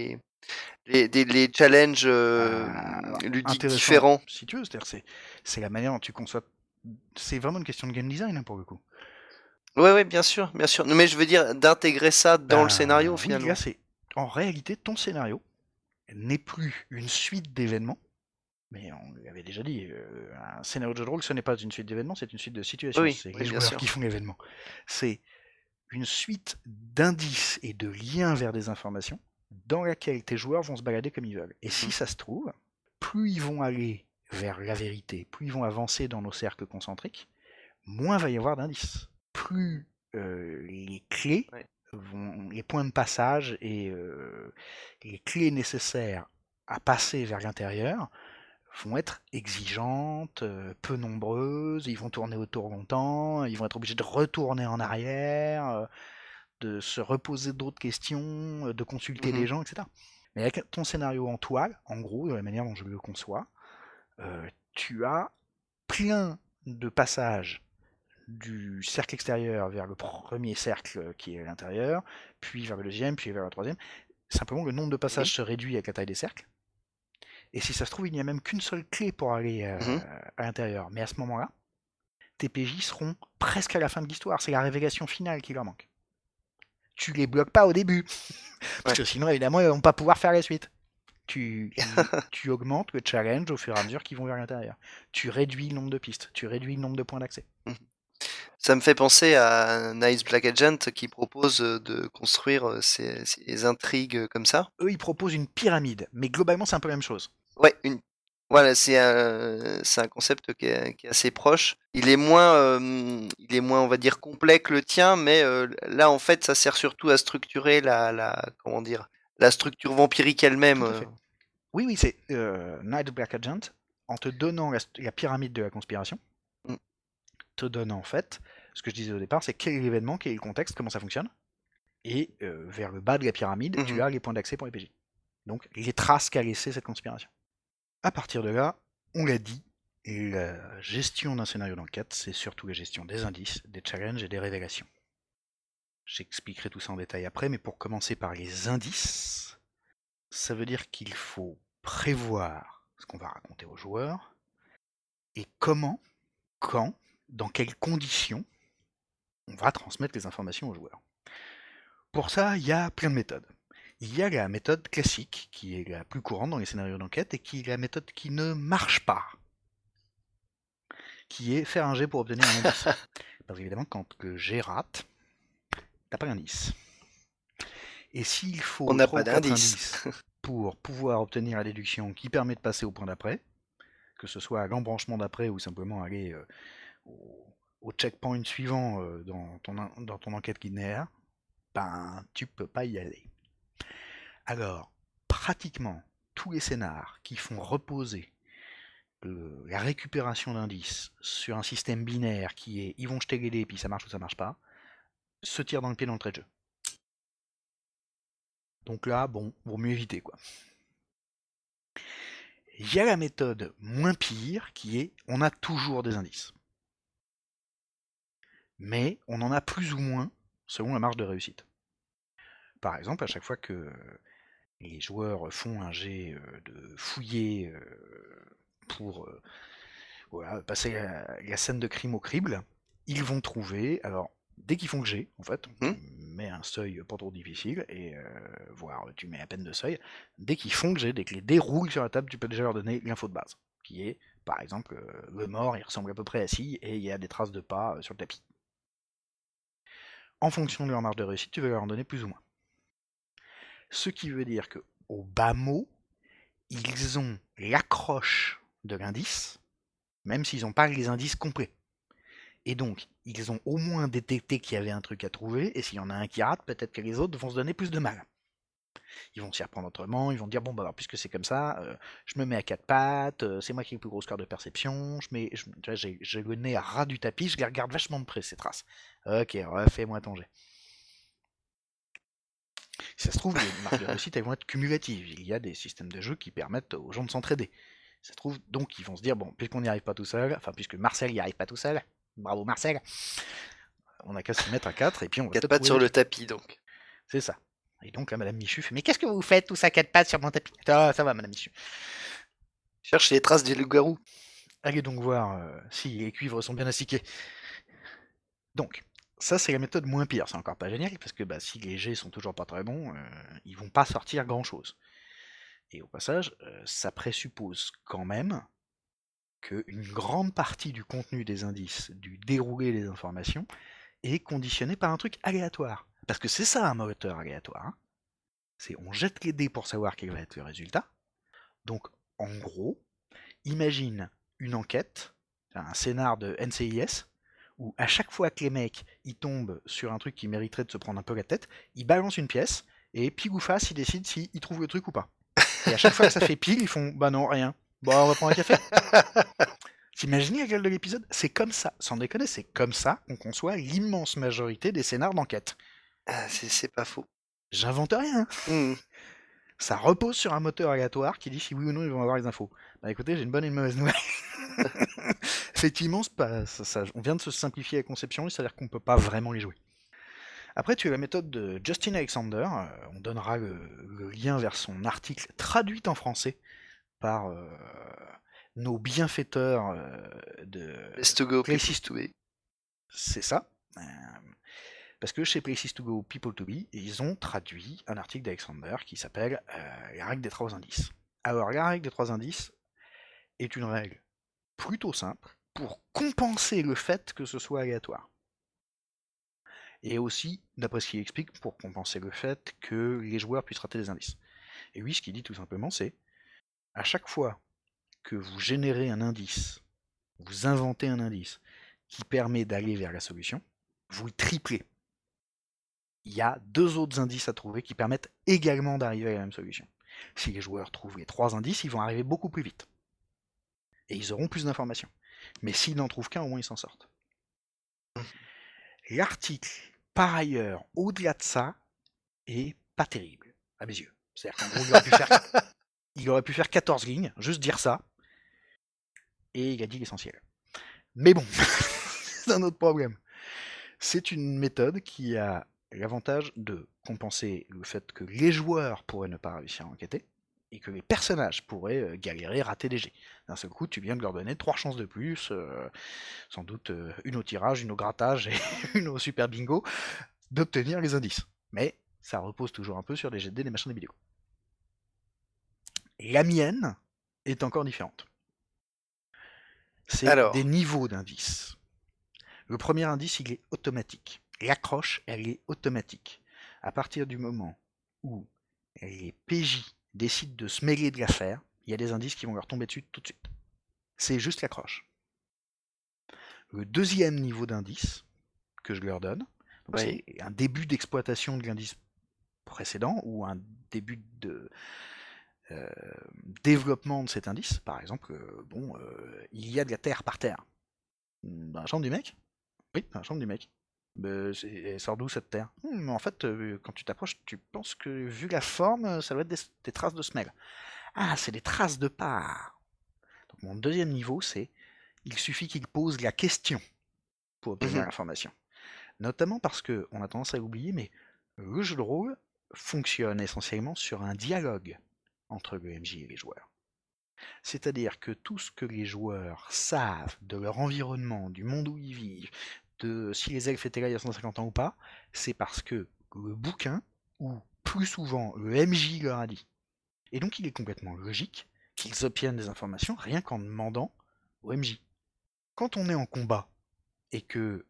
les challenges Alors, ludiques intéressant, différents. si tu veux, c'est la manière dont tu conçois. C'est vraiment une question de game design, hein, pour le coup. Ouais, ouais, bien sûr, bien sûr. Mais je veux dire d'intégrer ça dans le scénario Oui, là, finalement. c'est. En réalité, ton scénario n'est plus une suite d'événements. Mais on l'avait déjà dit, un scénario de jeu de rôle, ce n'est pas une suite d'événements, c'est une suite de Oui, situations. oui, C'est les oui, bien joueurs sûr. qui font l'événement. C'est une suite d'indices et de liens vers des informations dans laquelle tes joueurs vont se balader comme ils veulent. Et si Mhm, ça se trouve, plus ils vont aller vers la vérité, plus ils vont avancer dans nos cercles concentriques, moins va y avoir d'indices. Plus les clés ouais. les points de passage et les clés nécessaires à passer vers l'intérieur vont être exigeantes, peu nombreuses, ils vont tourner autour longtemps, ils vont être obligés de retourner en arrière, de se reposer d'autres questions, de consulter Mhm, des gens, etc. Mais avec ton scénario en toile, en gros, de la manière dont je le conçois, tu as plein de passages du cercle extérieur vers le premier cercle qui est à l'intérieur, puis vers le deuxième, puis vers le troisième. Simplement, le nombre de oui, passages se réduit avec la taille des cercles. Et si ça se trouve, il n'y a même qu'une seule clé pour aller mhm. à l'intérieur. Mais à ce moment-là, tes PJ seront presque à la fin de l'histoire. C'est la révélation finale qui leur manque. Tu les bloques pas au début, parce Ouais. que sinon, évidemment, ils vont pas pouvoir faire la suite. Tu augmentes le challenge au fur et à mesure qu'ils vont vers l'intérieur. Tu réduis le nombre de pistes, tu réduis le nombre de points d'accès. Mhm. Ça me fait penser à Nice Black Agent qui propose de construire ces intrigues comme ça. Eux, ils proposent une pyramide, mais globalement, c'est un peu la même chose. Ouais, voilà, c'est un concept qui est assez proche. Il est moins, on va dire, complet que le tien, mais là, en fait, ça sert surtout à structurer comment dire, la structure vampirique elle-même. Tout à fait. Oui, oui, c'est Night Black Agent, en te donnant la pyramide de la conspiration, Mm, te donne en fait, ce que je disais au départ, c'est quel est l'événement, quel est le contexte, comment ça fonctionne, et vers le bas de la pyramide, tu mhm. as les points d'accès pour les PJ. Donc les traces qu'a laissé cette conspiration. À partir de là, on l'a dit, la gestion d'un scénario d'enquête, c'est surtout la gestion des indices, des challenges et des révélations. J'expliquerai tout ça en détail après, mais pour commencer par les indices, ça veut dire qu'il faut prévoir ce qu'on va raconter aux joueurs et comment, quand, dans quelles conditions on va transmettre les informations aux joueurs. Pour ça, il y a plein de méthodes. Il y a la méthode classique, qui est la plus courante dans les scénarios d'enquête et qui est la méthode qui ne marche pas, qui est faire un jet pour obtenir un indice. Parce qu'évidemment, quand le jet rate, t'as pas d'indice. Et s'il On faut n'a 3 pas ou 4 d'indice. indices pour pouvoir obtenir la déduction qui permet de passer au point d'après, que ce soit à l'embranchement d'après ou simplement aller au checkpoint suivant dans ton enquête linéaire, ben tu peux pas y aller. Alors, pratiquement tous les scénars qui font reposer la récupération d'indices sur un système binaire qui est ils vont jeter les dés et puis ça marche ou ça marche pas, se tirent dans le pied dans le trait de jeu. Donc là, bon, vaut mieux éviter quoi. Il y a la méthode moins pire qui est on a toujours des indices. Mais on en a plus ou moins selon la marge de réussite. Par exemple, à chaque fois que les joueurs font un jet de fouiller pour voilà, passer la scène de crime au crible, ils vont trouver, alors dès qu'ils font le jet, en fait, Mhm. tu mets un seuil pas trop difficile, et voire tu mets à peine de seuil, dès qu'ils font le jet, dès que les dés roulent sur la table, tu peux déjà leur donner l'info de base, qui est, par exemple, le mort, il ressemble à peu près à ci, et il y a des traces de pas sur le tapis. En fonction de leur marge de réussite, tu vas leur en donner plus ou moins. Ce qui veut dire que, au bas mot, ils ont l'accroche de l'indice, même s'ils n'ont pas les indices complets. Et donc, ils ont au moins détecté qu'il y avait un truc à trouver, et s'il y en a un qui rate, peut-être que les autres vont se donner plus de mal. Ils vont s'y reprendre autrement, ils vont dire bon bah alors puisque c'est comme ça, je me mets à quatre pattes, c'est moi qui ai le plus gros score de perception, j'ai le nez à ras du tapis, je les regarde vachement de près ces traces. Ok, refais-moi ton jet. Si ça se trouve, les marques de réussite, elles vont être cumulatives. Il y a des systèmes de jeu qui permettent aux gens de s'entraider. Si ça se trouve, donc, ils vont se dire, bon, puisqu'on n'y arrive pas tout seul, enfin, puisque Marcel n'y arrive pas tout seul, bravo Marcel, on n'a qu'à s'y mettre à 4, et puis on va 4 peut-être pattes trouver sur des le trucs. tapis, donc. C'est ça. Et donc là, Madame Michu fait, mais qu'est-ce que vous faites, tout ça, 4 pattes sur mon tapis? Ah, ça va, Madame Michu. Cherche les traces du loup-garou. Allez donc voir si les cuivres sont bien assiqués. Donc, ça c'est la méthode moins pire, c'est encore pas génial, parce que si les jets sont toujours pas très bons, ils vont pas sortir grand chose. Et au passage, ça présuppose quand même qu'une grande partie du contenu des indices, du déroulé des informations, est conditionné par un truc aléatoire. Parce que c'est ça un moteur aléatoire. Hein. C'est on jette les dés pour savoir quel va être le résultat. Donc, en gros, imagine une enquête, un scénar de NCIS, où à chaque fois que les mecs ils tombent sur un truc qui mériterait de se prendre un peu la tête, ils balancent une pièce, et pile ou face, ils décident s'ils trouvent le truc ou pas. Et à chaque fois que ça fait pile, ils font bah non, rien. Bon, on va prendre un café. T'imagines la gueule de l'épisode? C'est comme ça, sans déconner, c'est comme ça qu'on conçoit l'immense majorité des scénars d'enquête. Ah, c'est pas faux. J'invente rien. Mmh. Ça repose sur un moteur aléatoire qui dit si oui ou non ils vont avoir les infos. Bah écoutez, j'ai une bonne et une mauvaise nouvelle. Effectivement, on vient de se simplifier la conception, il s'avère qu'on peut pas vraiment les jouer. Après, tu as la méthode de Justin Alexander, on donnera le lien vers son article traduit en français par nos bienfaiteurs de Best to go, people Places to be. C'est ça. Parce que chez Places to Go, People to Be, ils ont traduit un article d'Alexander qui s'appelle la règle des 3 indices. Alors, la règle des 3 indices est une règle plutôt simple pour compenser le fait que ce soit aléatoire. Et aussi, d'après ce qu'il explique, pour compenser le fait que les joueurs puissent rater des indices. Et oui, ce qu'il dit tout simplement, c'est à chaque fois que vous générez un indice, vous inventez un indice qui permet d'aller vers la solution, vous le triplez. Il y a 2 autres indices à trouver qui permettent également d'arriver à la même solution. Si les joueurs trouvent les 3 indices, ils vont arriver beaucoup plus vite. Et ils auront plus d'informations. Mais s'ils n'en trouvent qu'un, au moins ils s'en sortent. L'article, par ailleurs, au-delà de ça, est pas terrible, à mes yeux. C'est-à-dire qu'en gros, il aurait pu faire 14 lignes, juste dire ça, et il a dit l'essentiel. Mais bon, c'est un autre problème. C'est une méthode qui a l'avantage de compenser le fait que les joueurs pourraient ne pas réussir à enquêter, et que les personnages pourraient galérer, rater des jets. D'un seul coup, tu viens de leur donner 3 chances de plus, sans doute une au tirage, une au grattage et une au super bingo, d'obtenir les indices. Mais ça repose toujours un peu sur les jets de dés, des machins, des vidéos. La mienne est encore différente. C'est Alors, des niveaux d'indices. Le premier indice, il est automatique. L'accroche, elle est automatique. À partir du moment où les PJ décident de se mêler de l'affaire, il y a des indices qui vont leur tomber dessus tout de suite. C'est juste l'accroche. Le deuxième niveau d'indice que je leur donne, donc oui. c'est un début d'exploitation de l'indice précédent ou un début de développement de cet indice. Par exemple, il y a de la terre par terre. Dans la chambre du mec? Oui, dans la chambre du mec. Elle sort d'où cette terre? En fait, quand tu t'approches, tu penses que vu la forme, ça doit être des traces de semelle. Ah, c'est des traces de pas. Donc mon deuxième niveau, c'est il suffit qu'il pose la question pour obtenir Mhm. l'information. Notamment parce que on a tendance à l'oublier, mais le jeu de rôle fonctionne essentiellement sur un dialogue entre le MJ et les joueurs. C'est-à-dire que tout ce que les joueurs savent de leur environnement, du monde où ils vivent, de si les elfes étaient là il y a 150 ans ou pas, c'est parce que le bouquin, ou plus souvent le MJ leur a dit. Et donc il est complètement logique qu'ils obtiennent des informations rien qu'en demandant au MJ. Quand on est en combat et que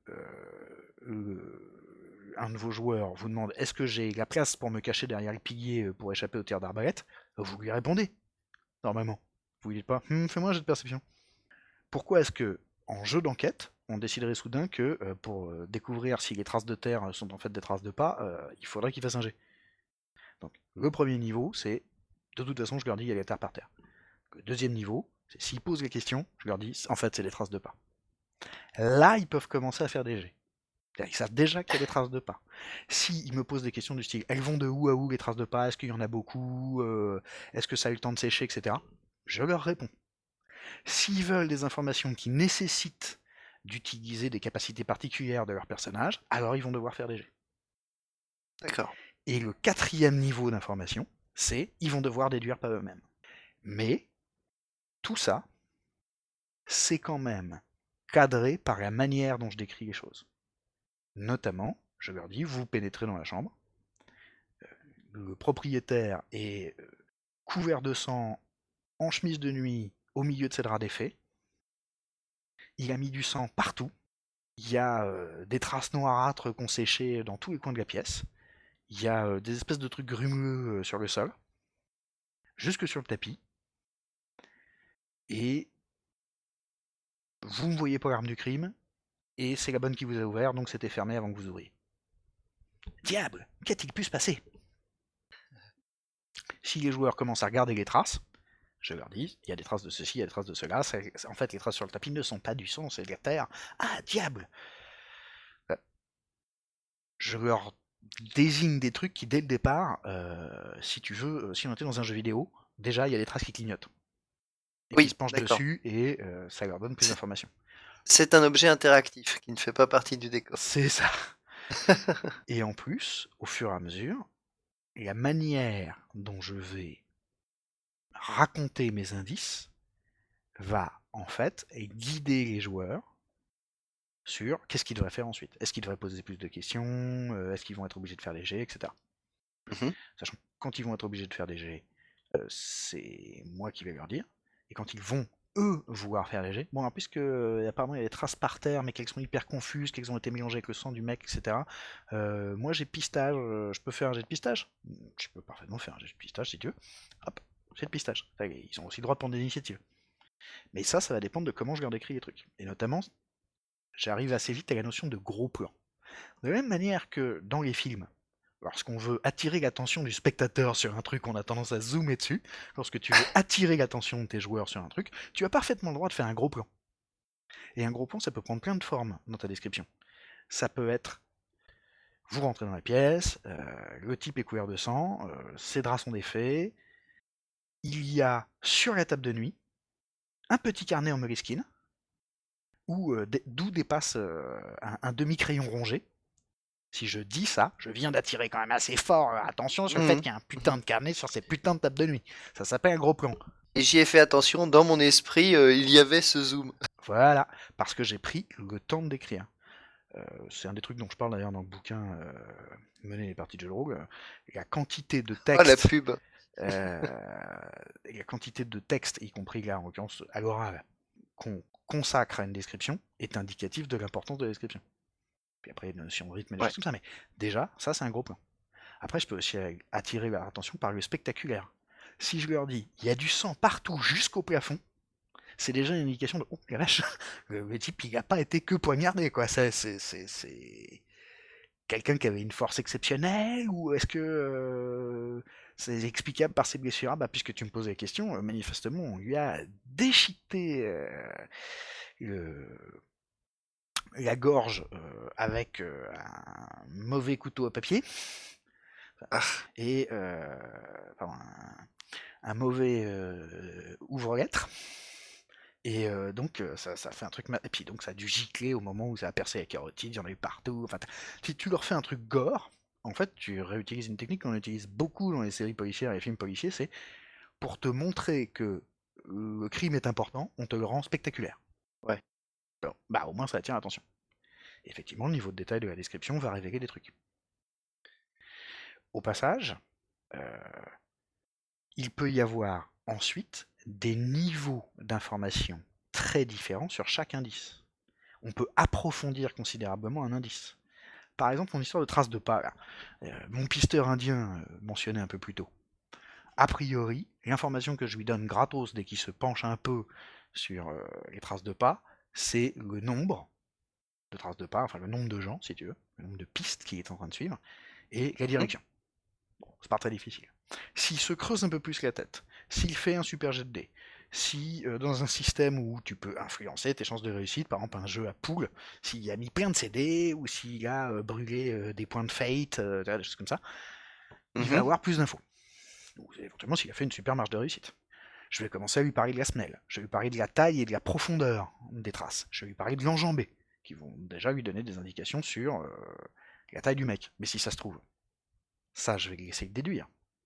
un de vos joueurs vous demande est-ce que j'ai la place pour me cacher derrière le pilier pour échapper au tir d'arbalète, vous lui répondez, normalement. Vous lui dites pas fais-moi un jet de perception. Pourquoi est-ce que, en jeu d'enquête, on déciderait soudain que pour découvrir si les traces de terre sont en fait des traces de pas, il faudrait qu'il fasse un jet. Donc le premier niveau, c'est de toute façon je leur dis il y a la terre par terre. Le deuxième niveau, c'est s'ils posent les questions, je leur dis en fait c'est des traces de pas. Là, ils peuvent commencer à faire des jets. C'est-à-dire, ils savent déjà qu'il y a des traces de pas. S'ils me posent des questions du style, elles vont de où à où les traces de pas? Est-ce qu'il y en a beaucoup? Est-ce que ça a eu le temps de sécher, etc. Je leur réponds. S'ils veulent des informations qui nécessitent d'utiliser des capacités particulières de leur personnage, alors ils vont devoir faire des jets. D'accord. Et le quatrième niveau d'information, c'est ils vont devoir déduire par eux-mêmes. Mais tout ça, c'est quand même cadré par la manière dont je décris les choses. Notamment, je leur dis, vous pénétrez dans la chambre, le propriétaire est couvert de sang, en chemise de nuit, au milieu de ses draps défaits, il a mis du sang partout, il y a des traces noirâtres qu'on séchait dans tous les coins de la pièce, il y a des espèces de trucs grumeux sur le sol, jusque sur le tapis, et vous ne voyez pas l'arme du crime, et c'est la bonne qui vous a ouvert, donc c'était fermé avant que vous ouvriez. Diable, qu'a-t-il pu se passer? Si les joueurs commencent à regarder les traces, je leur dis, il y a des traces de ceci, il y a des traces de cela, en fait les traces sur le tapis ne sont pas du sang, c'est de la terre. Ah, diable! Je leur désigne des trucs qui, dès le départ, si tu veux, si on était dans un jeu vidéo, déjà il y a des traces qui clignotent. Et qui Oui, se penchent d'accord. dessus, et ça leur donne plus d'informations. C'est un objet interactif qui ne fait pas partie du décor. C'est ça. Et en plus, au fur et à mesure, la manière dont je vais raconter mes indices va en fait guider les joueurs sur qu'est-ce qu'ils devraient faire ensuite. Est-ce qu'ils devraient poser plus de questions? Est-ce qu'ils vont être obligés de faire des jets, etc. Mhm. Sachant que quand ils vont être obligés de faire des jets, c'est moi qui vais leur dire. Et quand ils vont, eux, vouloir faire les jets, bon, alors, puisque apparemment il y a des traces par terre, mais qu'elles sont hyper confuses, qu'elles ont été mélangées avec le sang du mec, etc. Moi j'ai pistage, je peux faire un jet de pistage? Je peux parfaitement faire un jet de pistage si tu veux. Hop, jet de pistage. Ils ont aussi le droit de prendre des initiatives. Mais ça va dépendre de comment je leur décris les trucs. Et notamment, j'arrive assez vite à la notion de gros plan. De la même manière que dans les films, lorsqu'on veut attirer l'attention du spectateur sur un truc, on a tendance à zoomer dessus. Lorsque tu veux attirer l'attention de tes joueurs sur un truc, tu as parfaitement le droit de faire un gros plan. Et un gros plan, ça peut prendre plein de formes dans ta description. Ça peut être, vous rentrez dans la pièce, le type est couvert de sang, ses draps sont défaits, il y a sur la table de nuit un petit carnet en moleskine, d'où dépasse un demi-crayon rongé. Si je dis ça, je viens d'attirer quand même assez fort attention sur le fait Mhm. qu'il y a un putain de carnet sur ces putains de tables de nuit. Ça s'appelle un gros plan. Et j'y ai fait attention, dans mon esprit, il y avait ce zoom. Voilà, parce que j'ai pris le temps de d'écrire. C'est un des trucs dont je parle d'ailleurs dans le bouquin Mener les parties de jeux de rôle. La quantité de Oh, la texte, pub. euh, la quantité de texte, y compris là en l'occurrence à l'oral, qu'on consacre à une description, est indicatif de l'importance de la description. Puis après, il y a une notion de rythme et des Ouais. choses comme ça, mais déjà, ça c'est un gros plan. Après, je peux aussi attirer leur attention par le spectaculaire. Si je leur dis, il y a du sang partout jusqu'au plafond, c'est déjà une indication de, oh la vache, le type il n'a pas été que poignardé, quoi. C'est quelqu'un qui avait une force exceptionnelle, ou est-ce que c'est explicable par ses blessures? Ah bah, puisque tu me poses la question, manifestement, on lui a déchiqueté le, la gorge avec un mauvais couteau à papier. Ah, Et pardon, un mauvais ouvre-lettre. Et donc ça fait un truc. Et puis donc ça a dû gicler au moment où ça a percé la carotide, il y en a eu partout. Enfin, si tu leur fais un truc gore, en fait tu réutilises une technique qu'on utilise beaucoup dans les séries policières et les films policiers, c'est pour te montrer que le crime est important, on te le rend spectaculaire. ouais. Alors, bah au moins ça attire l'attention. Effectivement, le niveau de détail de la description va révéler des trucs. Au passage, euh, il peut y avoir ensuite des niveaux d'information très différents sur chaque indice. On peut approfondir considérablement un indice. Par exemple, mon histoire de traces de pas, mon pisteur indien mentionné un peu plus tôt. A priori, l'information que je lui donne gratos dès qu'il se penche un peu sur les traces de pas, c'est le nombre de traces de pas, enfin le nombre de gens, si tu veux, le nombre de pistes qu'il est en train de suivre, et la Mhm. direction. Bon, c'est pas très difficile. S'il se creuse un peu plus la tête, s'il fait un super jet de dés, Si dans un système où tu peux influencer tes chances de réussite, par exemple un jeu à poule, s'il a mis plein de CD ou s'il a brûlé des points de fate, des choses comme ça, il va Mhm. avoir plus d'infos. Ou éventuellement s'il a fait une super marge de réussite. Je vais commencer à lui parler de la semelle, je vais lui parler de la taille et de la profondeur des traces, je vais lui parler de l'enjambé, qui vont déjà lui donner des indications sur la taille du mec. Mais si ça se trouve, ça je vais essayer de déduire.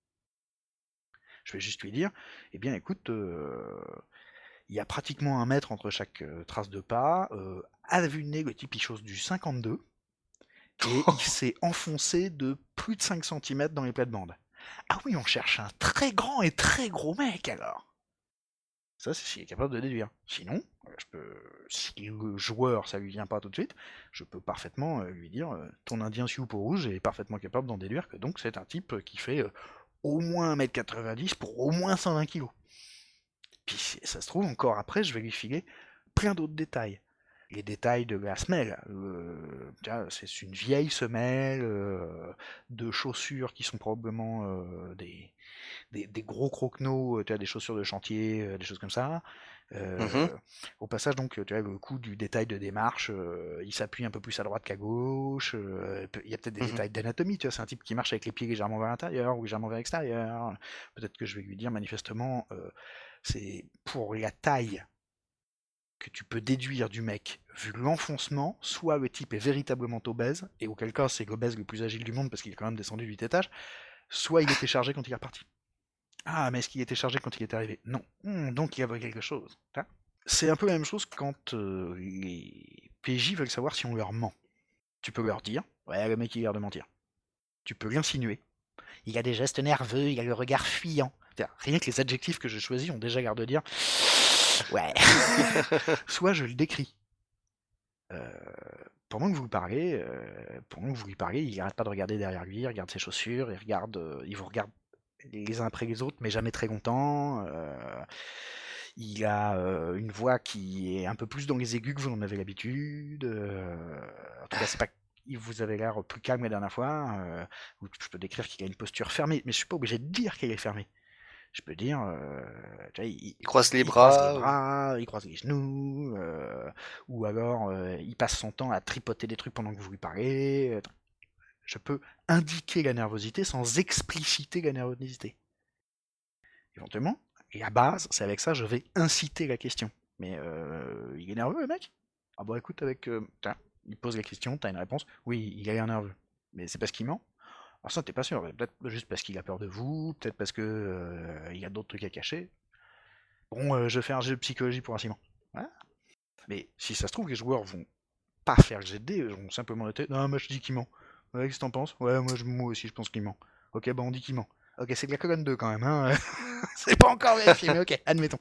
Je vais juste lui dire, eh bien écoute, il y a pratiquement 1 mètre entre chaque trace de pas, à vue de nez, le type il chose du 52, et il s'est enfoncé de plus de 5 centimètres dans les plates-bandes. Ah oui, on cherche un très grand et très gros mec alors. Ça, c'est s'il est capable de déduire. Sinon, si le joueur, ça lui vient pas tout de suite, je peux parfaitement lui dire ton indien sioux pour rouge est parfaitement capable d'en déduire que donc c'est un type qui fait au moins 1,90 m pour au moins 120 kg. Puis si ça se trouve, encore après, je vais lui filer plein d'autres détails. Les détails de la semelle. C'est une vieille semelle de chaussures qui sont probablement des gros croquenots, tu as des chaussures de chantier, des choses comme ça. Mhm. Au passage, donc, tu as le coup du détail de démarche, il s'appuie un peu plus à droite qu'à gauche. Il y a peut-être des Mhm. détails d'anatomie, tu vois, c'est un type qui marche avec les pieds légèrement vers l'intérieur ou légèrement vers l'extérieur. Peut-être que je vais lui dire manifestement, c'est pour la taille que tu peux déduire du mec, vu l'enfoncement, soit le type est véritablement obèse, et auquel cas c'est l'obèse le plus agile du monde parce qu'il est quand même descendu du 8 étages, soit il était chargé quand il est reparti. Ah, mais est-ce qu'il était chargé quand il est arrivé? Non. Donc il y avait quelque chose. Hein. C'est un peu la même chose quand les PJ veulent savoir si on leur ment. Tu peux leur dire, ouais, le mec il a l'air de mentir. Tu peux l'insinuer. Il a des gestes nerveux, il a le regard fuyant. Rien que les adjectifs que je choisis ont déjà l'air de dire, ouais. Soit je le décris. Euh, pendant que vous lui parlez, il n'arrête pas de regarder derrière lui, il regarde ses chaussures, il vous regarde les uns après les autres, mais jamais très longtemps. Il a une voix qui est un peu plus dans les aigus que vous en avez l'habitude. En tout cas, c'est pas. Vous avez l'air plus calme la dernière fois. Je peux décrire qu'il a une posture fermée, mais je suis pas obligé de dire qu'elle est fermée. Je peux dire, tu vois, Il croise les il croise les bras. bras, il croise les genoux, ou alors il passe son temps à tripoter des trucs pendant que vous lui parlez. Je peux indiquer la nervosité sans expliciter la nervosité. Éventuellement, et à base, c'est avec ça je vais inciter la question. Mais il est nerveux le mec? Ah bah écoute, il pose la question, t'as une réponse. Oui, il a l'air nerveux. Mais c'est parce qu'il ment? Alors ça, t'es pas sûr. Peut-être juste parce qu'il a peur de vous, peut-être parce que il a d'autres trucs à cacher. Bon, je fais un jeu de psychologie pour un ciment. Ouais. Mais si ça se trouve, les joueurs vont pas faire le jet de dés, ils vont simplement noter. Non, moi je dis qu'il ment. Ouais, qu'est-ce que t'en penses? Ouais, moi aussi je pense qu'il ment. Ok, bah on dit qu'il ment. Ok, c'est de la colonne 2 quand même, hein. C'est pas encore vérifié, mais ok, admettons.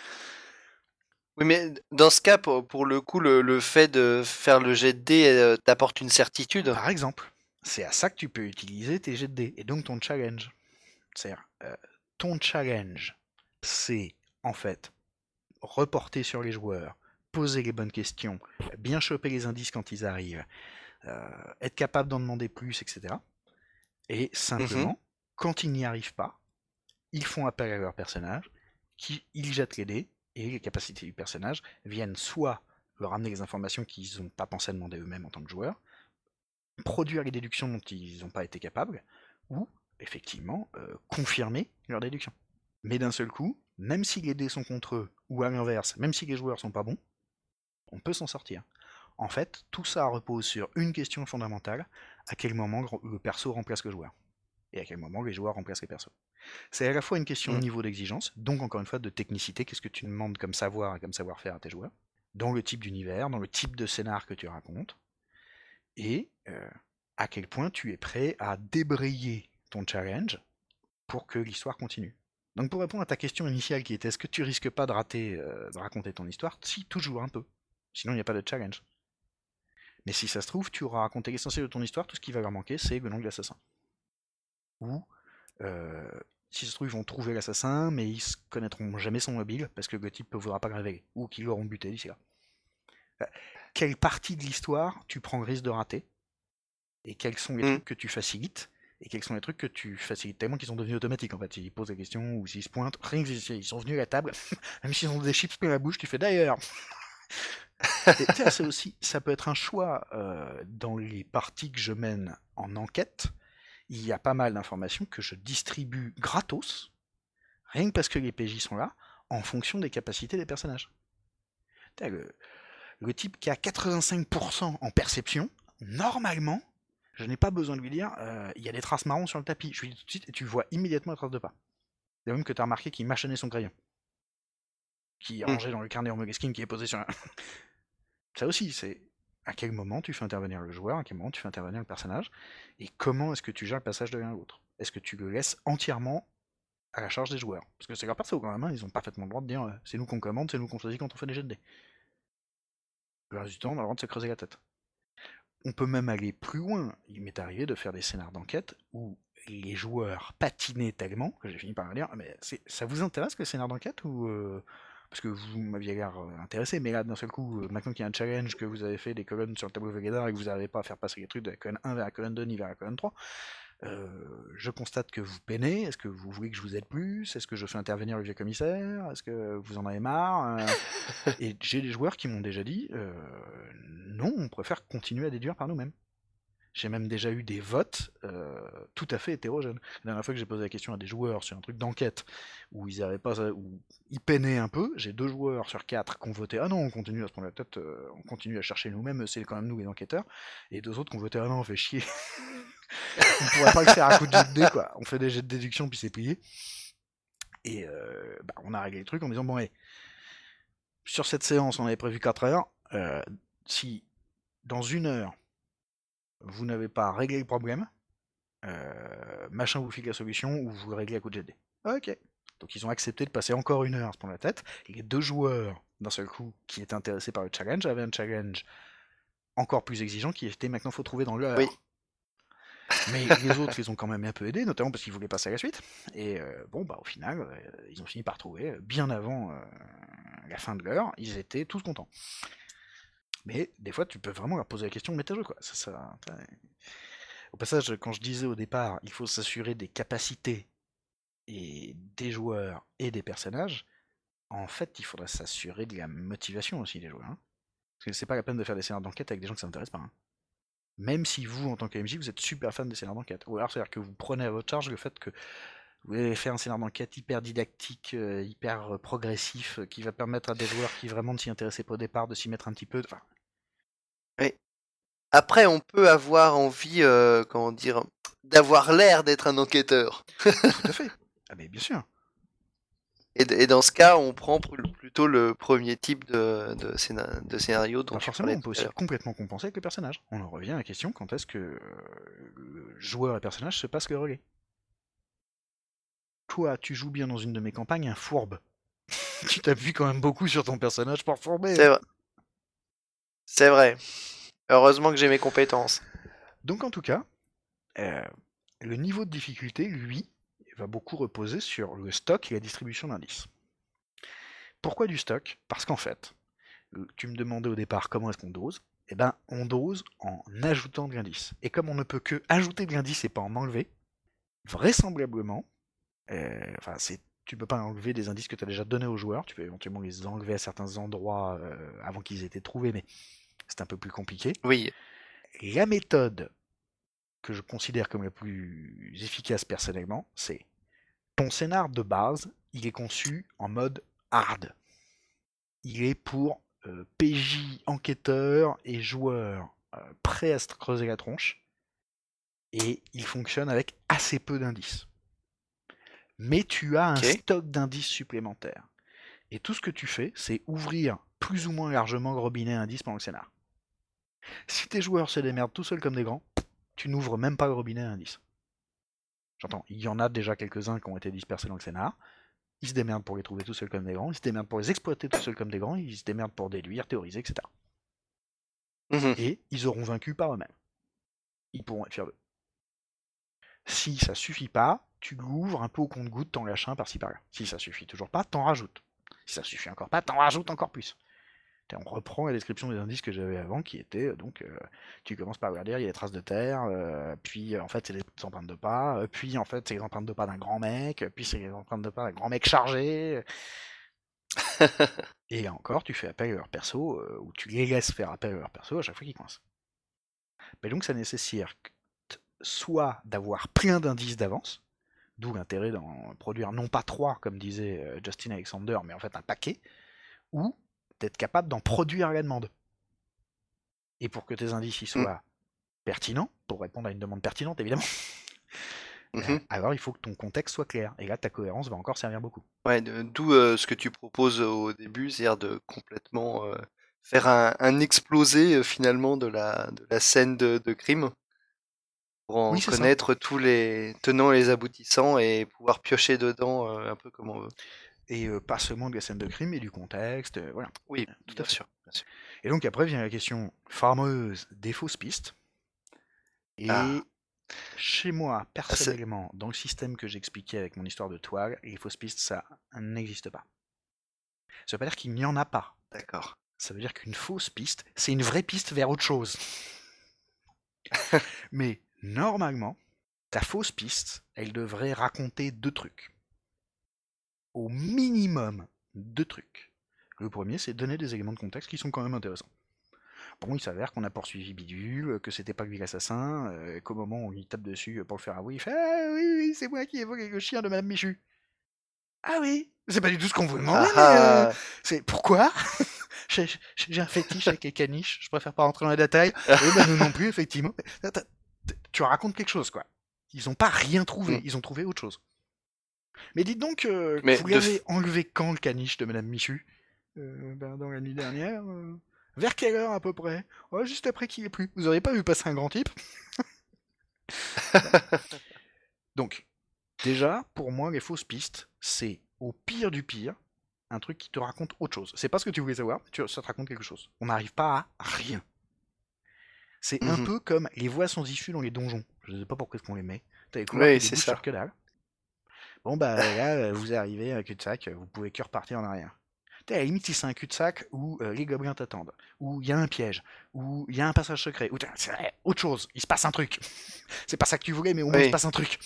Oui, mais dans ce cas, pour le coup, le fait de faire le jet de dés t'apporte une certitude. Par exemple, c'est à ça que tu peux utiliser tes jets de dés et donc ton challenge. C'est-à-dire, ton challenge, c'est en fait reporter sur les joueurs, poser les bonnes questions, bien choper les indices quand ils arrivent, être capable d'en demander plus, etc. Et Mhm. simplement, quand ils n'y arrivent pas, ils font appel à leur personnage, ils jettent les dés, et les capacités du personnage viennent soit leur amener les informations qu'ils n'ont pas pensé à demander eux-mêmes en tant que joueurs, produire les déductions dont ils n'ont pas été capables, ou effectivement confirmer leur déduction. Mais d'un seul coup, même si les dés sont contre eux, ou à l'inverse, même si les joueurs sont pas bons, on peut s'en sortir. En fait, tout ça repose sur une question fondamentale, à quel moment le perso remplace le joueur et à quel moment les joueurs remplacent les persos. C'est à la fois une question de Mhm. niveau d'exigence, donc encore une fois de technicité, qu'est-ce que tu demandes comme savoir et comme savoir-faire à tes joueurs, dans le type d'univers, dans le type de scénar que tu racontes, et à quel point tu es prêt à débrayer ton challenge pour que l'histoire continue. Donc pour répondre à ta question initiale qui était est-ce que tu risques pas de rater de raconter ton histoire? Si, toujours un peu. Sinon il n'y a pas de challenge. Mais si ça se trouve, tu auras raconté l'essentiel de ton histoire, tout ce qui va leur manquer, c'est le nom de l'assassin. Ou Euh, si ça se trouve, ils vont trouver l'assassin, mais ils connaîtront jamais son mobile parce que le type ne voudra pas le révéler ou qu'ils l'auront buté d'ici là. Quelle partie de l'histoire tu prends le risque de rater et quels sont les Mhm. trucs que tu facilites et quels sont les trucs que tu facilites tellement qu'ils sont devenus automatiques en fait. S'ils posent la question ou s'ils se pointent, rien que ils sont venus à la table, même s'ils ont des chips plein la bouche, tu fais d'ailleurs. Et tu sais, c'est aussi, ça peut être un choix dans les parties que je mène en enquête. Il y a pas mal d'informations que je distribue gratos, rien que parce que les PJ sont là, en fonction des capacités des personnages. Le type qui a 85% en perception, normalement, je n'ai pas besoin de lui dire il y a des traces marron sur le tapis. Je lui dis tout de suite et tu vois immédiatement les traces de pas. De même que tu as remarqué qu'il mâchonnait son crayon, qui est rangé dans le carnet en Moleskine qui est posé sur un. Ça aussi, c'est à quel moment tu fais intervenir le joueur, à quel moment tu fais intervenir le personnage, et comment est-ce que tu gères le passage de l'un à l'autre. Est-ce que tu le laisses entièrement à la charge des joueurs? Parce que c'est leur perso quand même, hein, ils ont parfaitement le droit de dire c'est nous qu'on commande, c'est nous qu'on choisit quand on fait des jets de dés. Le reste du temps, on a le droit de se creuser la tête. On peut même aller plus loin. Il m'est arrivé de faire des scénars d'enquête où les joueurs patinaient tellement que j'ai fini par leur dire mais ça vous intéresse le scénar d'enquête ou parce que vous m'aviez l'air intéressé, mais là d'un seul coup, maintenant qu'il y a un challenge, que vous avez fait des colonnes sur le tableau Vegadar et que vous n'arrivez pas à faire passer les trucs de la colonne 1 vers la colonne 2 ni vers la colonne 3, je constate que vous peinez. Est-ce que vous voulez que je vous aide plus? Est-ce que je fais intervenir le vieux commissaire? Est-ce que vous en avez marre? Et j'ai des joueurs qui m'ont déjà dit non, on préfère continuer à déduire par nous-mêmes. J'ai même déjà eu des votes tout à fait hétérogènes. La dernière fois que j'ai posé la question à des joueurs sur un truc d'enquête où ils avaient pas, où ils peinaient un peu, j'ai 2 joueurs sur 4 qui ont voté ah non, on continue à se prendre la tête, on continue à chercher nous-mêmes, c'est quand même nous les enquêteurs, et 2 autres qui ont voté ah non, on fait chier, on pourrait pas le faire à coup de jet de dés quoi. On fait des jets de déduction puis c'est plié. Et on a réglé le truc en disant bon, sur cette séance on avait prévu 4 heures. Si dans 1 heure vous n'avez pas réglé le problème, machin vous file la solution ou vous réglez à coup de jet de dés. Ok. Donc ils ont accepté de passer encore 1 heure à se prendre la tête. Et les 2 joueurs, d'un seul coup, qui étaient intéressés par le challenge, avaient un challenge encore plus exigeant qui était maintenant faut trouver dans l'heure. Oui. Mais les autres, ils ont quand même un peu aidé, notamment parce qu'ils voulaient passer à la suite. Et au final, ils ont fini par trouver, bien avant la fin de l'heure, ils étaient tous contents. Mais des fois, tu peux vraiment leur poser la question méta-jeu, quoi. Au passage, quand je disais au départ, il faut s'assurer des capacités et des joueurs et des personnages, en fait, il faudrait s'assurer de la motivation aussi des joueurs. Hein. Parce que c'est pas la peine de faire des scénarios d'enquête avec des gens qui s'intéressent pas. Hein. Même si vous, en tant que MJ, vous êtes super fan des scénarios d'enquête. Ou alors, c'est-à-dire que vous prenez à votre charge le fait que vous allez faire un scénario d'enquête hyper didactique, hyper progressif, qui va permettre à des joueurs qui vraiment ne s'y intéressaient pas au départ de s'y mettre un petit peu. Enfin, Oui. Après, on peut avoir envie, comment dire, d'avoir l'air d'être un enquêteur. tout à fait. Ah mais bien sûr. Et dans ce cas, on prend plutôt le premier type de scénario dont Pas tu forcément, parlais on peut tout à aussi l'heure. complètement compenser avec le personnage. On en revient à la question quand est-ce que le joueur et personnage se passent le relais. Toi, tu joues bien dans une de mes campagnes un fourbe. Tu t'appuies quand même beaucoup sur ton personnage pour fourber. C'est vrai. C'est vrai. Heureusement que j'ai mes compétences. Donc en tout cas, euh, le niveau de difficulté, lui, va beaucoup reposer sur le stock et la distribution d'indices. Pourquoi du stock? Parce qu'en fait, tu me demandais au départ comment est-ce qu'on dose. Eh ben, on dose en ajoutant de l'indice. Et comme on ne peut que ajouter de l'indice et pas en enlever, vraisemblablement, tu peux pas enlever des indices que tu as déjà donnés aux joueurs. Tu peux éventuellement les enlever à certains endroits avant qu'ils aient été trouvés, mais c'est un peu plus compliqué. Oui. La méthode que je considère comme la plus efficace personnellement, c'est ton scénar de base, il est conçu en mode hard. Il est pour PJ, enquêteurs et joueurs prêts à se creuser la tronche. Et il fonctionne avec assez peu d'indices. Mais tu as un Ok. stock d'indices supplémentaires. Et tout ce que tu fais, c'est ouvrir plus ou moins largement le robinet à indices pendant le scénar. Si tes joueurs se démerdent tout seuls comme des grands, tu n'ouvres même pas le robinet à indices. J'entends, il y en a déjà quelques-uns qui ont été dispersés dans le scénar. Ils se démerdent pour les trouver tout seuls comme des grands, ils se démerdent pour les exploiter tout seuls comme des grands, ils se démerdent pour déduire, théoriser, etc. Mhm. Et ils auront vaincu par eux-mêmes. Ils pourront être fiers d'eux. Si ça suffit pas, tu l'ouvres un peu au compte-gouttes, t'en lâches un par-ci par-là. Si ça suffit toujours pas, t'en rajoutes. Si ça suffit encore pas, t'en rajoutes encore plus. On reprend la description des indices que j'avais avant, qui était donc tu commences par regarder, il y a des traces de terre, puis en fait c'est les empreintes de pas, puis en fait c'est les empreintes de pas d'un grand mec, puis c'est les empreintes de pas d'un grand mec chargé. Et encore, tu fais appel à leur perso, ou tu les laisses faire appel à leur perso à chaque fois qu'ils coincent. Mais donc ça nécessite soit d'avoir plein d'indices d'avance, d'où l'intérêt d'en produire non pas 3 comme disait Justin Alexander, mais en fait un paquet, ou d'être capable d'en produire à la demande. Et pour que tes indices y soient pertinents, pour répondre à une demande pertinente évidemment, alors il faut que ton contexte soit clair. Et là ta cohérence va encore servir beaucoup. Ouais, d'où ce que tu proposes au début, c'est-à-dire de complètement faire un explosé finalement de la scène de crime pour en Oui, c'est ça. connaître tous les tenants et les aboutissants et pouvoir piocher dedans un peu comme on veut. Et pas seulement de la scène de crime, mais du contexte, voilà. Oui, Tout à bien fait. sûr, bien sûr. Et donc après vient la question fameuse des fausses pistes. Ah, Et chez moi, c'est- personnellement, dans le système que j'expliquais avec mon histoire de toile, les fausses pistes, ça n'existe pas. Ça veut pas dire qu'il n'y en a pas. d'accord. Ça veut dire qu'une fausse piste, c'est une vraie piste vers autre chose. Mais normalement, ta fausse piste, elle devrait raconter 2 trucs. Au minimum 2 trucs. Le premier, c'est donner des éléments de contexte qui sont quand même intéressants. Bon, il s'avère qu'on a poursuivi Bidule, que c'était pas lui l'assassin, qu'au moment où on lui tape dessus pour le faire avouer, il fait ah oui, oui, c'est moi qui ai volé le chien de Madame Michu. Ah oui, c'est pas du tout ce qu'on vous demandait, Ah mais ah. c'est pourquoi j'ai un fétiche avec les caniches, je préfère pas rentrer dans les détails. Et ben nous non plus, effectivement. Tu racontes quelque chose, quoi. Ils ont pas rien trouvé, Hmm. ils ont trouvé autre chose. Mais dites donc, Mais vous l'avez enlevé quand le caniche de Madame Michu dans la nuit dernière. Vers quelle heure à peu près? Oh, juste après qu'il ait plu. Vous auriez pas vu passer un grand type? Donc, déjà, pour moi, les fausses pistes, c'est au pire du pire, un truc qui te raconte autre chose. C'est pas ce que tu voulais savoir, ça te raconte quelque chose. On n'arrive pas à rien. C'est un Mhm. peu comme les voies sans issue dans les donjons. Je ne sais pas pourquoi est-ce qu'on les met. T'as des couloirs qui Oui, c'est débouchent sur ça. que dalle. Bon bah là, vous arrivez à un cul-de-sac, vous pouvez que repartir en arrière. T'es à la limite si c'est un cul-de-sac où les gobelins t'attendent, où il y a un piège, où il y a un passage secret, où c'est autre chose, il se passe un truc. C'est pas ça que tu voulais, mais au moins il se Oui. passe un truc.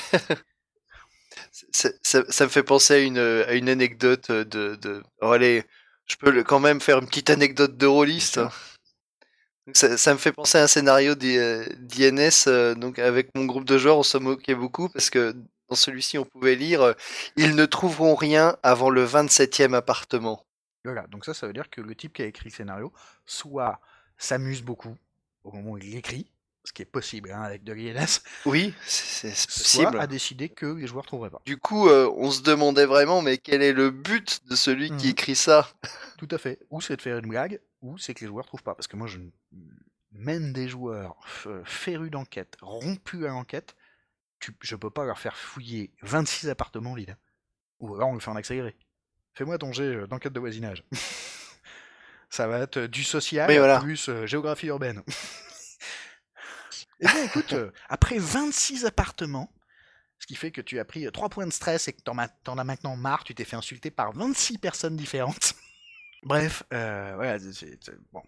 Ça me fait penser à une anecdote Oh, allez, je peux quand même faire une petite anecdote de Bien rôliste. sûr. Ça me fait penser à un scénario d'INS. Donc avec mon groupe de joueurs, on se moquait beaucoup parce que dans celui-ci, on pouvait lire Ils ne trouveront rien avant le 27e appartement. Voilà, donc ça veut dire que le type qui a écrit le scénario, soit s'amuse beaucoup au moment où il l'écrit, ce qui est possible hein, avec de l'INS, Oui, c'est soit a possible. décidé que les joueurs trouveraient pas. Du coup, on se demandait vraiment, mais quel est le but de celui qui Mhm. écrit ça? Tout à fait. Ou c'est de faire une blague, ou c'est que les joueurs trouvent pas. Parce que moi, même des joueurs férus d'enquête, rompus à l'enquête, je peux pas leur faire fouiller 26 appartements vides. Ou alors on le fait en accéléré. Fais-moi ton jet d'enquête de voisinage. Ça va être du Oui, social voilà. plus géographie urbaine. Eh bien écoute, après 26 appartements, ce qui fait que tu as pris 3 points de stress et que t'en as maintenant marre, tu t'es fait insulter par 26 personnes différentes. Bref, voilà, bon.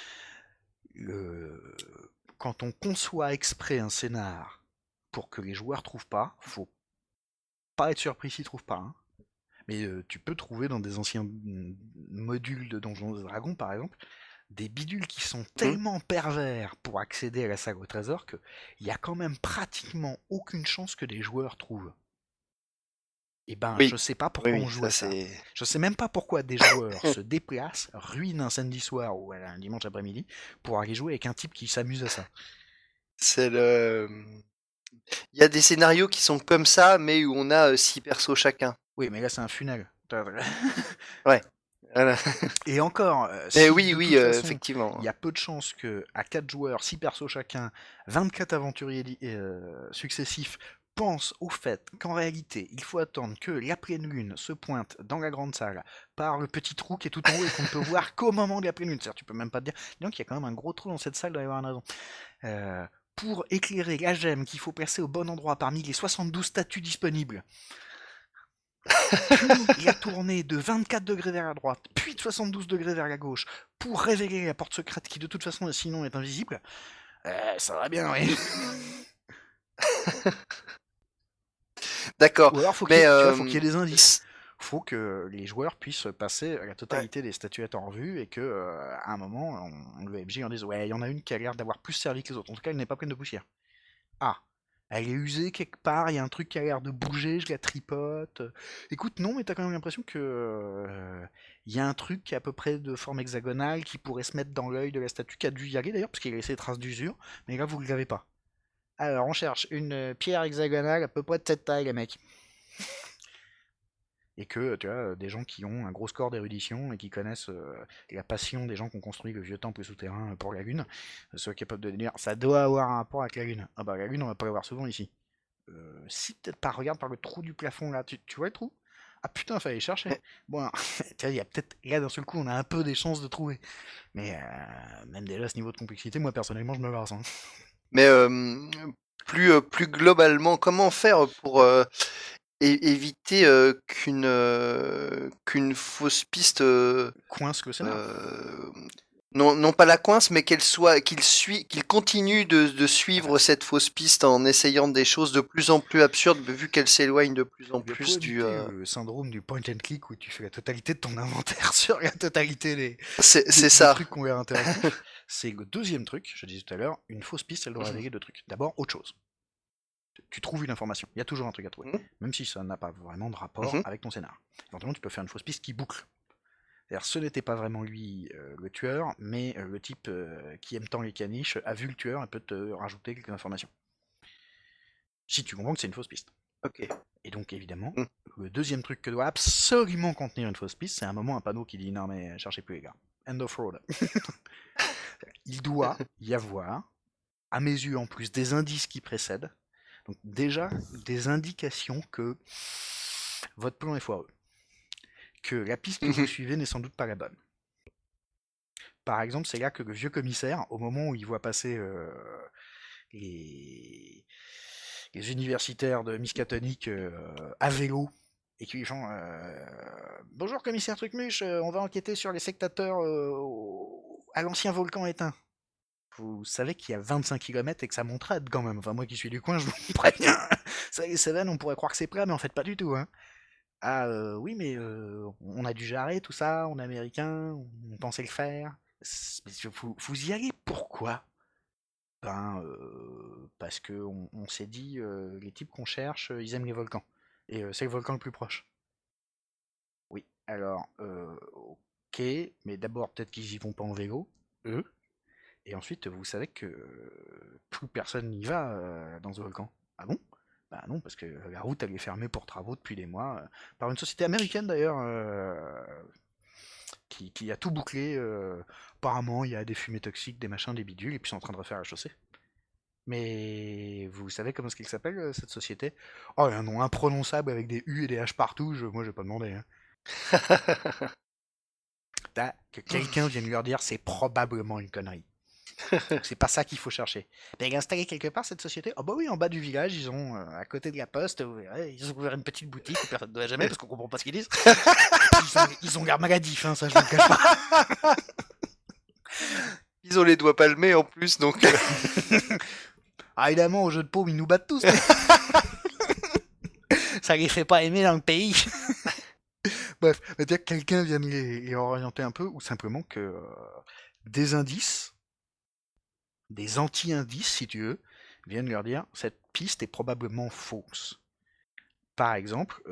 Quand on conçoit exprès un scénar pour que les joueurs trouvent pas, faut pas être surpris s'ils trouvent pas. Hein. Mais tu peux trouver dans des anciens modules de Donjons et Dragons, par exemple, des bidules qui sont Mhm. tellement pervers pour accéder à la salle au trésor qu'il y a quand même pratiquement aucune chance que les joueurs trouvent. Et ben, je Oui, sais pas oui, pourquoi on oui, joue ça à ça. c'est. Je sais même pas pourquoi des joueurs se déplacent, ruinent un samedi soir ou un dimanche après-midi pour aller jouer avec un type qui s'amuse à ça. C'est le. Il y a des scénarios qui sont comme ça, mais où on a 6 persos chacun. Oui, mais là c'est un funnel. Ouais. Voilà. Et encore, Mais si oui, de oui, toute façon, il effectivement. y a peu de chances que à 4 joueurs, 6 persos chacun, 24 aventuriers successifs pensent au fait qu'en réalité, il faut attendre que la pleine lune se pointe dans la grande salle par le petit trou qui est tout en haut et qu'on ne peut voir qu'au moment de la pleine lune. C'est-à-dire, tu peux même pas te dire, donc il y a quand même un gros trou dans cette salle, il doit y avoir une raison. Pour éclairer la gemme qu'il faut placer au bon endroit parmi les 72 statues disponibles. Puis il a tourné de 24 degrés vers la droite, puis de 72 degrés vers la gauche, pour révéler la porte secrète qui de toute façon sinon est invisible. Ça va bien, oui. D'accord. Ou alors faut qu'il y Mais ait, tu vois, faut qu'il y ait des indices. c- Faut que les joueurs puissent passer la ouais. totalité des statuettes en revue et que à un moment le MJ en dise ouais, il y en a une qui a l'air d'avoir plus servi que les autres. En tout cas, elle n'est pas pleine de poussière. Ah, elle est usée quelque part, il y a un truc qui a l'air de bouger, je la tripote. Écoute, non, mais t'as quand même l'impression que il y a un truc qui est à peu près de forme hexagonale qui pourrait se mettre dans l'œil de la statue, qui a dû y aller d'ailleurs, parce qu'il a laissé des traces d'usure, mais là vous ne l'avez pas. Alors on cherche une pierre hexagonale à peu près de cette taille, les mecs. Et que tu vois, des gens qui ont un gros score d'érudition et qui connaissent la passion des gens qui ont construit le vieux temple souterrain pour la Lune, soient capables de dire ça doit avoir un rapport avec la Lune. Ah bah la Lune on va pas la voir souvent ici. Si peut-être pas, regarde par le trou du plafond là, tu vois le trou? Ah putain, fallait chercher. Bon, il y a peut-être là d'un seul coup on a un peu des chances de trouver. Mais même déjà à ce niveau de complexité, moi personnellement je me barre hein. Mais plus globalement, comment faire pour éviter qu'une fausse piste Coince le scénar. euh, non pas la coince, mais qu'il continue de Ah bah, suivre cette fausse piste en essayant des choses de plus en plus absurdes vu qu'elle s'éloigne de plus en pour plus du. éviter le syndrome du point and click où tu fais la totalité de ton inventaire sur la totalité C'est des ça. trucs qu'on l'air interactifs, c'est le deuxième truc, je disais tout à l'heure, une fausse piste, elle doit révéler deux trucs. D'abord, autre chose. Tu trouves une information, il y a toujours un truc à trouver, Mhm, même si ça n'a pas vraiment de rapport mhm. avec ton scénar. Éventuellement, tu peux faire une fausse piste qui boucle. C'est-à-dire, ce n'était pas vraiment lui le tueur, mais le type qui aime tant les caniches a vu le tueur et peut te rajouter quelques informations. Si tu comprends que c'est une fausse piste. Ok. Et donc, évidemment, Mm. le deuxième truc que doit absolument contenir une fausse piste, c'est un moment un panneau qui dit non mais cherchez plus les gars. End of road. Il doit y avoir, à mes yeux en plus, des indices qui précèdent. Donc déjà, des indications que votre plan est foireux. Que la piste que vous Mhm. suivez n'est sans doute pas la bonne. Par exemple, c'est là que le vieux commissaire, au moment où il voit passer les, les universitaires de Miskatonic à vélo, et qui lui font bonjour commissaire Trucmuche, on va enquêter sur les sectateurs à l'ancien volcan éteint. Vous savez qu'il y a 25 km et que ça montrade quand même. Enfin, moi qui suis du coin, je vous préviens. Ça, les Cévennes, on pourrait croire que c'est plat, mais en fait, pas du tout. Hein. Ah, oui, mais on a du jarret, tout ça, on est américain, on pensait le faire. Vous y allez pourquoi? Ben, parce que on s'est dit, les types qu'on cherche, ils aiment les volcans. Et c'est le volcan le plus proche. Oui, alors, ok, mais d'abord, peut-être qu'ils y vont pas en vélo, eux. Et ensuite, vous savez que plus personne n'y va dans ce volcan. Ah bon? Bah non, parce que la route elle est fermée pour travaux depuis des mois, par une société américaine d'ailleurs, qui a tout bouclé. Apparemment, il y a des fumées toxiques, des machins, des bidules, et puis ils sont en train de refaire la chaussée. Mais vous savez comment est-ce qu'il s'appelle cette société? Oh, il y a un nom imprononçable avec des U et des H partout, moi je vais pas demander. Hein. Que quelqu'un vienne leur dire c'est probablement une connerie. C'est pas ça qu'il faut chercher. Mais elle est installée quelque part cette société. Ah bah oui, en bas du village, ils ont à côté de la poste, vous verrez, ils ont ouvert une petite boutique où personne ne doit jamais parce qu'on comprend pas ce qu'ils disent. Ils ont l'air maladifs, hein, ça je vous le cache pas. Ils ont les doigts palmés en plus, donc. Ah évidemment, au jeu de paume, ils nous battent tous, mais ça les fait pas aimer dans le pays. Bref, dire que quelqu'un vienne les orienter un peu, ou simplement que des indices, des anti-indices si tu veux, viennent leur dire cette piste est probablement fausse. Par exemple,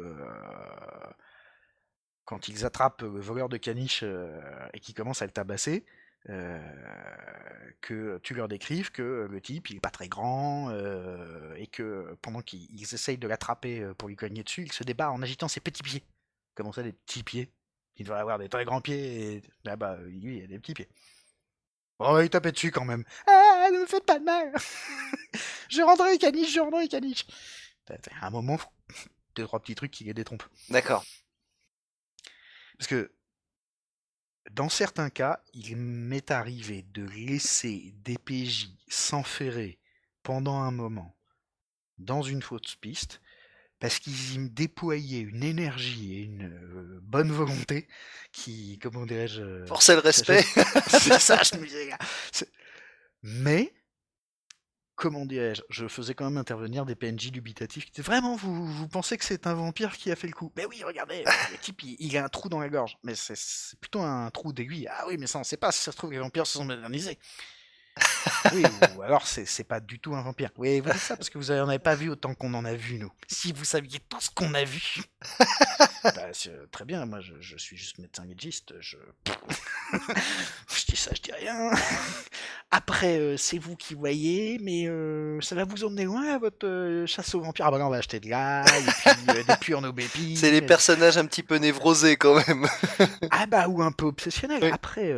quand ils attrapent le voleur de caniche et qu'ils commencent à le tabasser, euh, que tu leur décrives que le type il est pas très grand et que pendant qu'ils essayent de l'attraper pour lui cogner dessus, il se débat en agitant ses petits pieds. Comment ça, des petits pieds? Il devrait avoir des très grands pieds et là bah lui il a des petits pieds. Oh, il tapait dessus quand même. Ah, ne me faites pas de mal. Je rendrai les caniches, je rendrai les caniches. À un moment, deux trois petits trucs qui les détrompent. D'accord. Parce que dans certains cas, il m'est arrivé de laisser des PJ s'enferrer pendant un moment dans une fausse piste parce qu'ils y déployaient une énergie et une bonne volonté qui, comment dirais-je, Forcer le respect. c'est ça, je me disais, là. Mais, comment dirais-je, je faisais quand même intervenir des PNJ dubitatifs qui disaient vraiment, vous pensez que c'est un vampire qui a fait le coup? Mais oui, regardez, le type il a un trou dans la gorge, mais c'est plutôt un trou d'aiguille. Ah oui, mais ça on sait pas, si ça se trouve les vampires se sont modernisés. Oui, ou alors c'est pas du tout un vampire. Oui, vous dites ça parce que vous en avez pas vu autant qu'on en a vu, nous. Si vous saviez tout ce qu'on a vu. Bah, très bien, moi je suis juste médecin légiste, je dis ça, je dis rien. Après, c'est vous qui voyez, mais ça va vous emmener loin votre chasse aux vampires. Ah bah non, on va acheter de l'ail, et puis des puants aubépines. C'est les personnages un petit peu névrosés quand même. Ah bah, ou un peu obsessionnels. Oui. Après,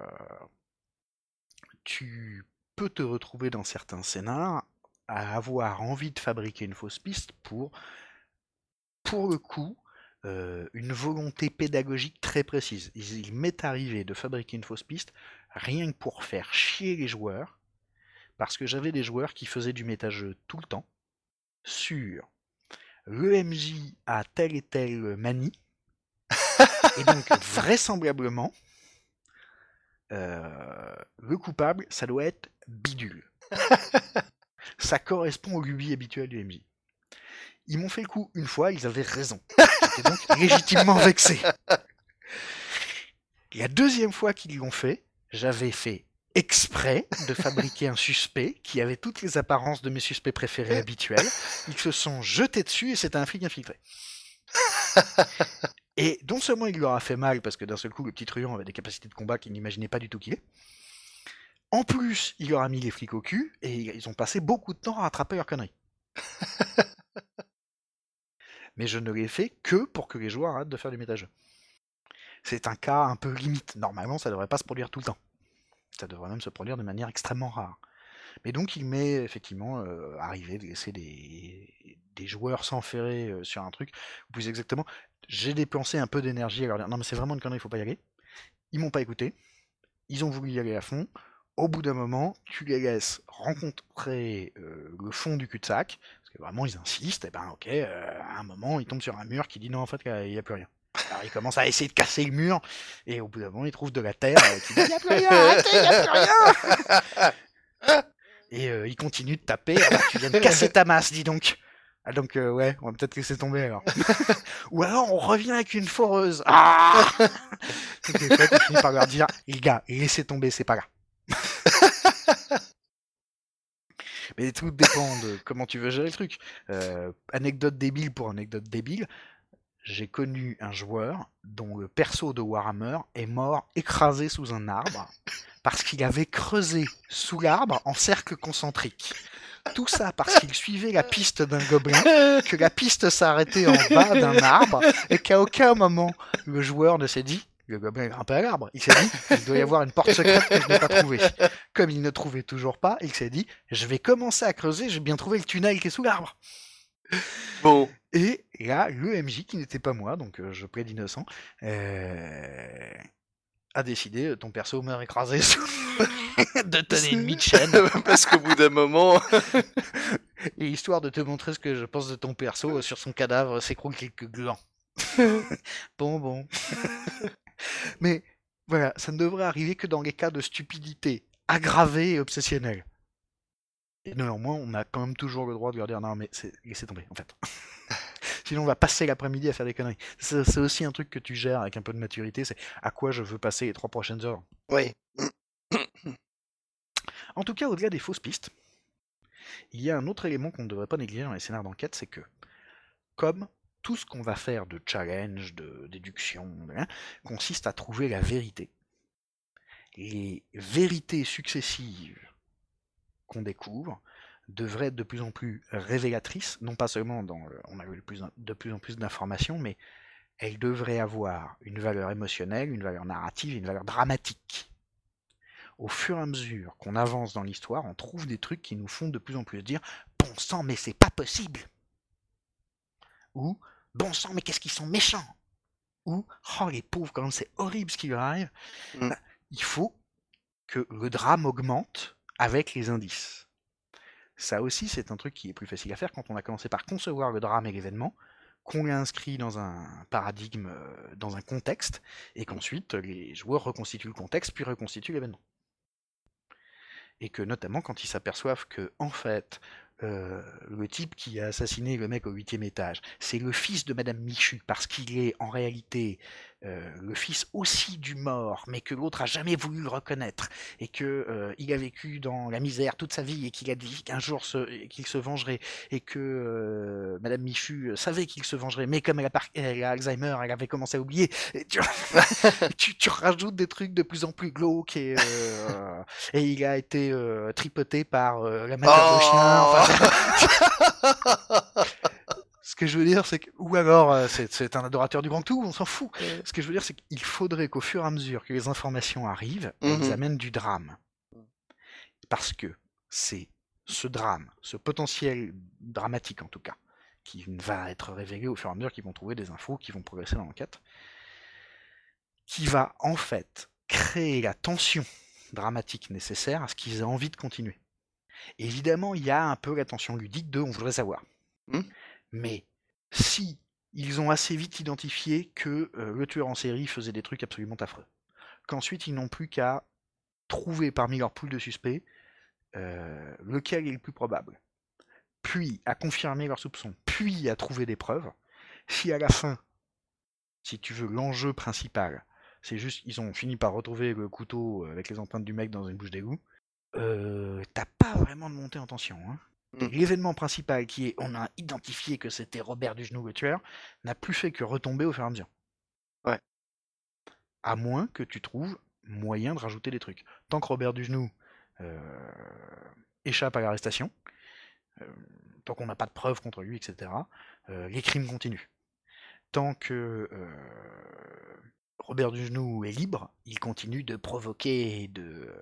tu peux te retrouver dans certains scénars à avoir envie de fabriquer une fausse piste pour le coup, une volonté pédagogique très précise. Il m'est arrivé de fabriquer une fausse piste rien que pour faire chier les joueurs, parce que j'avais des joueurs qui faisaient du méta-jeu tout le temps sur l'EMJ a telle et telle manie, et donc vraisemblablement, le coupable, ça doit être bidule. Ça correspond au lubie habituel du MJ. Ils m'ont fait le coup une fois, ils avaient raison. J'étais donc légitimement vexé. La deuxième fois qu'ils l'ont fait, j'avais fait exprès de fabriquer un suspect qui avait toutes les apparences de mes suspects préférés habituels. Ils se sont jetés dessus et c'était un flic infiltré. Et non seulement il leur a fait mal parce que d'un seul coup le petit truand avait des capacités de combat qu'ils n'imaginaient pas du tout qu'il est, en plus il leur a mis les flics au cul et ils ont passé beaucoup de temps à rattraper leurs conneries. Mais je ne l'ai fait que pour que les joueurs arrêtent de faire du méta-jeu. C'est un cas un peu limite. Normalement, ça ne devrait pas se produire tout le temps. Ça devrait même se produire de manière extrêmement rare. Mais donc, il m'est effectivement arrivé de laisser des joueurs s'enferrer sur un truc. Plus exactement, j'ai dépensé un peu d'énergie à leur dire non, mais c'est vraiment une connerie, il faut pas y aller. Ils m'ont pas écouté. Ils ont voulu y aller à fond. Au bout d'un moment, tu les laisses rencontrer le fond du cul-de-sac. Parce que vraiment, ils insistent. Et ben, ok, à un moment, ils tombent sur un mur qui dit non, en fait, il n'y a plus rien. Alors ils commencent à essayer de casser le mur, et au bout d'un moment ils trouvent de la terre qui dit il n'y a plus rien, arrêtez, il n'y a plus rien. Et ils continuent de taper, alors tu viens de casser ta masse, dis donc. Ah donc ouais, on va peut-être laisser tomber alors. Ou alors on revient avec une foreuse. Ah. Donc les fait, ils finissent par leur dire les gars, laissez tomber, c'est pas grave. Mais tout dépend de comment tu veux gérer le truc. Anecdote débile pour anecdote débile. J'ai connu un joueur dont le perso de Warhammer est mort écrasé sous un arbre parce qu'il avait creusé sous l'arbre en cercle concentrique. Tout ça parce qu'il suivait la piste d'un gobelin, que la piste s'arrêtait en bas d'un arbre et qu'à aucun moment le joueur ne s'est dit le gobelin grimpait à l'arbre. Il s'est dit il doit y avoir une porte secrète que je n'ai pas trouvée. Comme il ne trouvait toujours pas, il s'est dit je vais commencer à creuser, j'ai bien trouvé le tunnel qui est sous l'arbre. Bon. Et là, le MJ, qui n'était pas moi, donc je plaide innocent, a décidé, ton perso meurt écrasé de ton ennemi de chaîne. Parce qu'au bout d'un moment... Et histoire de te montrer ce que je pense de ton perso, sur son cadavre s'écroulent quelques glands. Bon. Mais voilà, ça ne devrait arriver que dans les cas de stupidité aggravée et obsessionnelle. Et néanmoins, on a quand même toujours le droit de leur dire non, mais laissez tomber, en fait. Sinon, on va passer l'après-midi à faire des conneries. C'est aussi un truc que tu gères avec un peu de maturité, c'est à quoi je veux passer les 3 prochaines heures. Oui. En tout cas, au-delà des fausses pistes, il y a un autre élément qu'on ne devrait pas négliger dans les scénarios d'enquête, c'est que, comme tout ce qu'on va faire de challenge, de déduction, consiste à trouver la vérité, les vérités successives qu'on découvre devraient être de plus en plus révélatrices, non pas seulement on a eu de plus en plus d'informations, mais elles devraient avoir une valeur émotionnelle, une valeur narrative et une valeur dramatique. Au fur et à mesure qu'on avance dans l'histoire, on trouve des trucs qui nous font de plus en plus dire « Bon sang, mais c'est pas possible !» Ou « Bon sang, mais qu'est-ce qu'ils sont méchants !» Ou « Oh, les pauvres, quand même, c'est horrible ce qui leur arrive !» Il faut que le drame augmente avec les indices. Ça aussi, c'est un truc qui est plus facile à faire quand on a commencé par concevoir le drame et l'événement, qu'on l'a inscrit dans un paradigme, dans un contexte, et qu'ensuite les joueurs reconstituent le contexte, puis reconstituent l'événement. Et que notamment quand ils s'aperçoivent que, en fait, le type qui a assassiné le mec au 8e étage, c'est le fils de Madame Michu, parce qu'il est en réalité le fils aussi du mort, mais que l'autre a jamais voulu le reconnaître, et que il a vécu dans la misère toute sa vie, et qu'il a dit qu'un jour qu'il se vengerait, et que Madame Michu savait qu'il se vengerait, mais comme elle a Alzheimer, elle avait commencé à oublier. Et tu rajoutes des trucs de plus en plus glauques, et il a été tripoté par l'amateur de chiens. Oh Ce que je veux dire, c'est que, ou alors c'est un adorateur du grand tout, on s'en fout. Ce que je veux dire, c'est qu'il faudrait qu'au fur et à mesure que les informations arrivent, elles amènent du drame. Parce que c'est ce drame, ce potentiel dramatique en tout cas, qui va être révélé au fur et à mesure qu'ils vont trouver des infos, qui vont progresser dans l'enquête, qui va en fait créer la tension dramatique nécessaire à ce qu'ils aient envie de continuer. Évidemment, il y a un peu la tension ludique de on voudrait savoir. Mais si ils ont assez vite identifié que le tueur en série faisait des trucs absolument affreux, qu'ensuite ils n'ont plus qu'à trouver parmi leur pool de suspects lequel est le plus probable, puis à confirmer leurs soupçons, puis à trouver des preuves, si à la fin, si tu veux, l'enjeu principal, c'est juste ils ont fini par retrouver le couteau avec les empreintes du mec dans une bouche d'égout, t'as pas vraiment de montée en tension. Hein. L'événement principal qui est on a identifié que c'était Robert Dugenou le tueur n'a plus fait que retomber au fur et à mesure. Ouais. À moins que tu trouves moyen de rajouter des trucs. Tant que Robert Dugenou échappe à l'arrestation, tant qu'on n'a pas de preuves contre lui, etc., les crimes continuent. Tant que Robert Dugenou est libre, il continue de provoquer et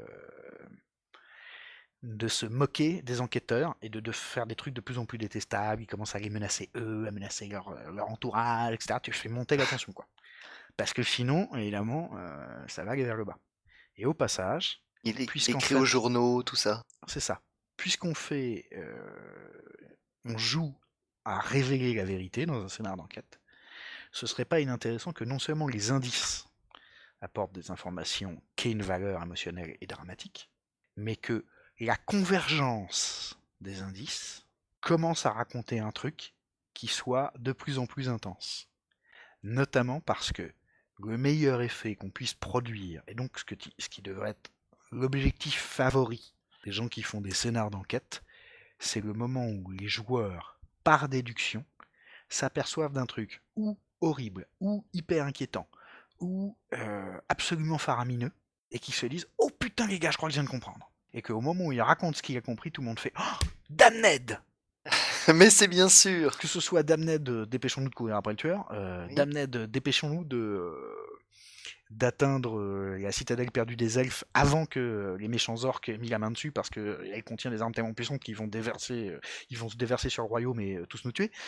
de se moquer des enquêteurs et de faire des trucs de plus en plus détestables. Ils commencent à les menacer eux, à menacer leur entourage, etc. Tu fais monter la tension, quoi. Parce que sinon, évidemment, ça va aller vers le bas. Et au passage, il écrit aux journaux, tout ça. C'est ça. Puisqu'on fait, on joue à révéler la vérité dans un scénario d'enquête, ce serait pas inintéressant que non seulement les indices apportent des informations qui aient une valeur émotionnelle et dramatique, mais que la convergence des indices commence à raconter un truc qui soit de plus en plus intense. Notamment parce que le meilleur effet qu'on puisse produire, et donc ce qui devrait être l'objectif favori des gens qui font des scénars d'enquête, c'est le moment où les joueurs, par déduction, s'aperçoivent d'un truc ou horrible, ou hyper inquiétant, ou absolument faramineux, et qui se disent « Oh putain les gars, je crois que je viens de comprendre ». Et qu'au moment où il raconte ce qu'il a compris, tout le monde fait « Oh, Damned !» Mais c'est bien sûr. Que ce soit Damned, dépêchons-nous de courir après le tueur, oui. Damned, dépêchons-nous d'atteindre la citadelle perdue des elfes avant que les méchants orques aient mis la main dessus, parce qu'elle contient des armes tellement puissantes qu'ils vont se déverser sur le royaume et tous nous tuer,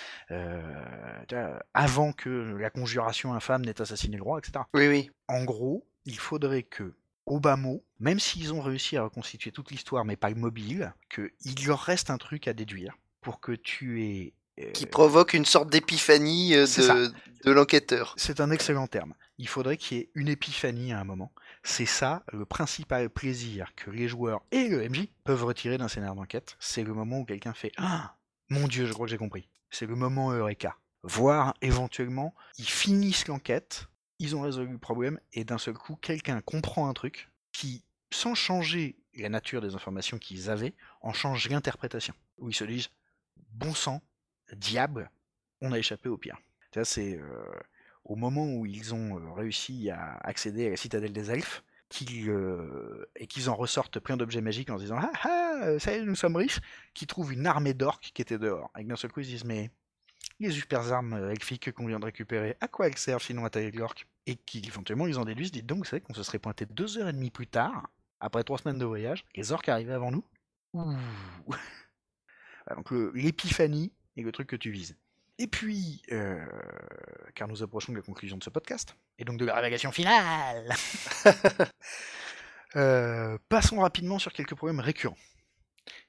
avant que la conjuration infâme n'ait assassiné le roi, etc. Oui, oui. En gros, il faudrait que, au bas mot, même s'ils ont réussi à reconstituer toute l'histoire, mais pas le mobile, qu'il leur reste un truc à déduire pour que tu aies qui provoque une sorte d'épiphanie de l'enquêteur. C'est un excellent terme. Il faudrait qu'il y ait une épiphanie à un moment. C'est ça le principal plaisir que les joueurs et le MJ peuvent retirer d'un scénario d'enquête. C'est le moment où quelqu'un fait « Ah, mon Dieu, je crois que j'ai compris ». C'est le moment Eureka. Voire, éventuellement, ils finissent l'enquête, ils ont résolu le problème, et d'un seul coup, quelqu'un comprend un truc qui, sans changer la nature des informations qu'ils avaient, en change l'interprétation. Où ils se disent « Bon sang, diable, on a échappé au pire ». Ça, c'est au moment où ils ont réussi à accéder à la citadelle des elfes, et qu'ils en ressortent plein d'objets magiques en se disant « Ah ah, ça y est, nous sommes riches », qu'ils trouvent une armée d'orques qui était dehors. Et d'un seul coup, ils se disent « Mais les super armes elfiques qu'on vient de récupérer, à quoi elles servent sinon à tailler de l'orque ?» Et qu'éventuellement, ils en déduisent « Dites donc, vous savez qu'on se serait pointé 2h30 plus tard, après 3 semaines de voyage, les orques arrivaient avant nous ?» Ouh. Donc l'épiphanie est le truc que tu vises. Et puis, car nous approchons de la conclusion de ce podcast, et donc de la révélation finale, passons rapidement sur quelques problèmes récurrents.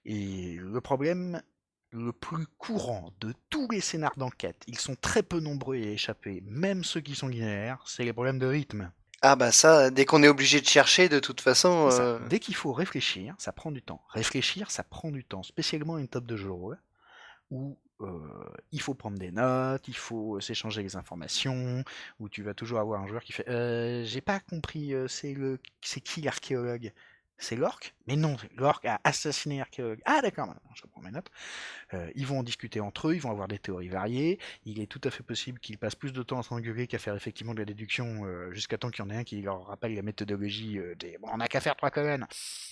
Et le problème le plus courant de tous les scénars d'enquête, ils sont très peu nombreux à y échapper, même ceux qui sont linéaires, c'est les problèmes de rythme. Ah bah ça, dès qu'on est obligé de chercher, de toute façon... C'est ça. Dès qu'il faut réfléchir, ça prend du temps. Réfléchir, ça prend du temps, spécialement une table de jeu de rôle, où il faut prendre des notes, il faut s'échanger les informations, où tu vas toujours avoir un joueur qui fait j'ai pas compris, c'est qui l'archéologue? C'est l'orque? Mais non, l'orque a assassiné l'archéologue. Ah d'accord, maintenant je reprends mes notes. Ils vont en discuter entre eux, ils vont avoir des théories variées. Il est tout à fait possible qu'ils passent plus de temps à s'engueuler qu'à faire effectivement de la déduction jusqu'à temps qu'il y en ait un qui leur rappelle la méthodologie des bon, on n'a qu'à faire 3 colonnes.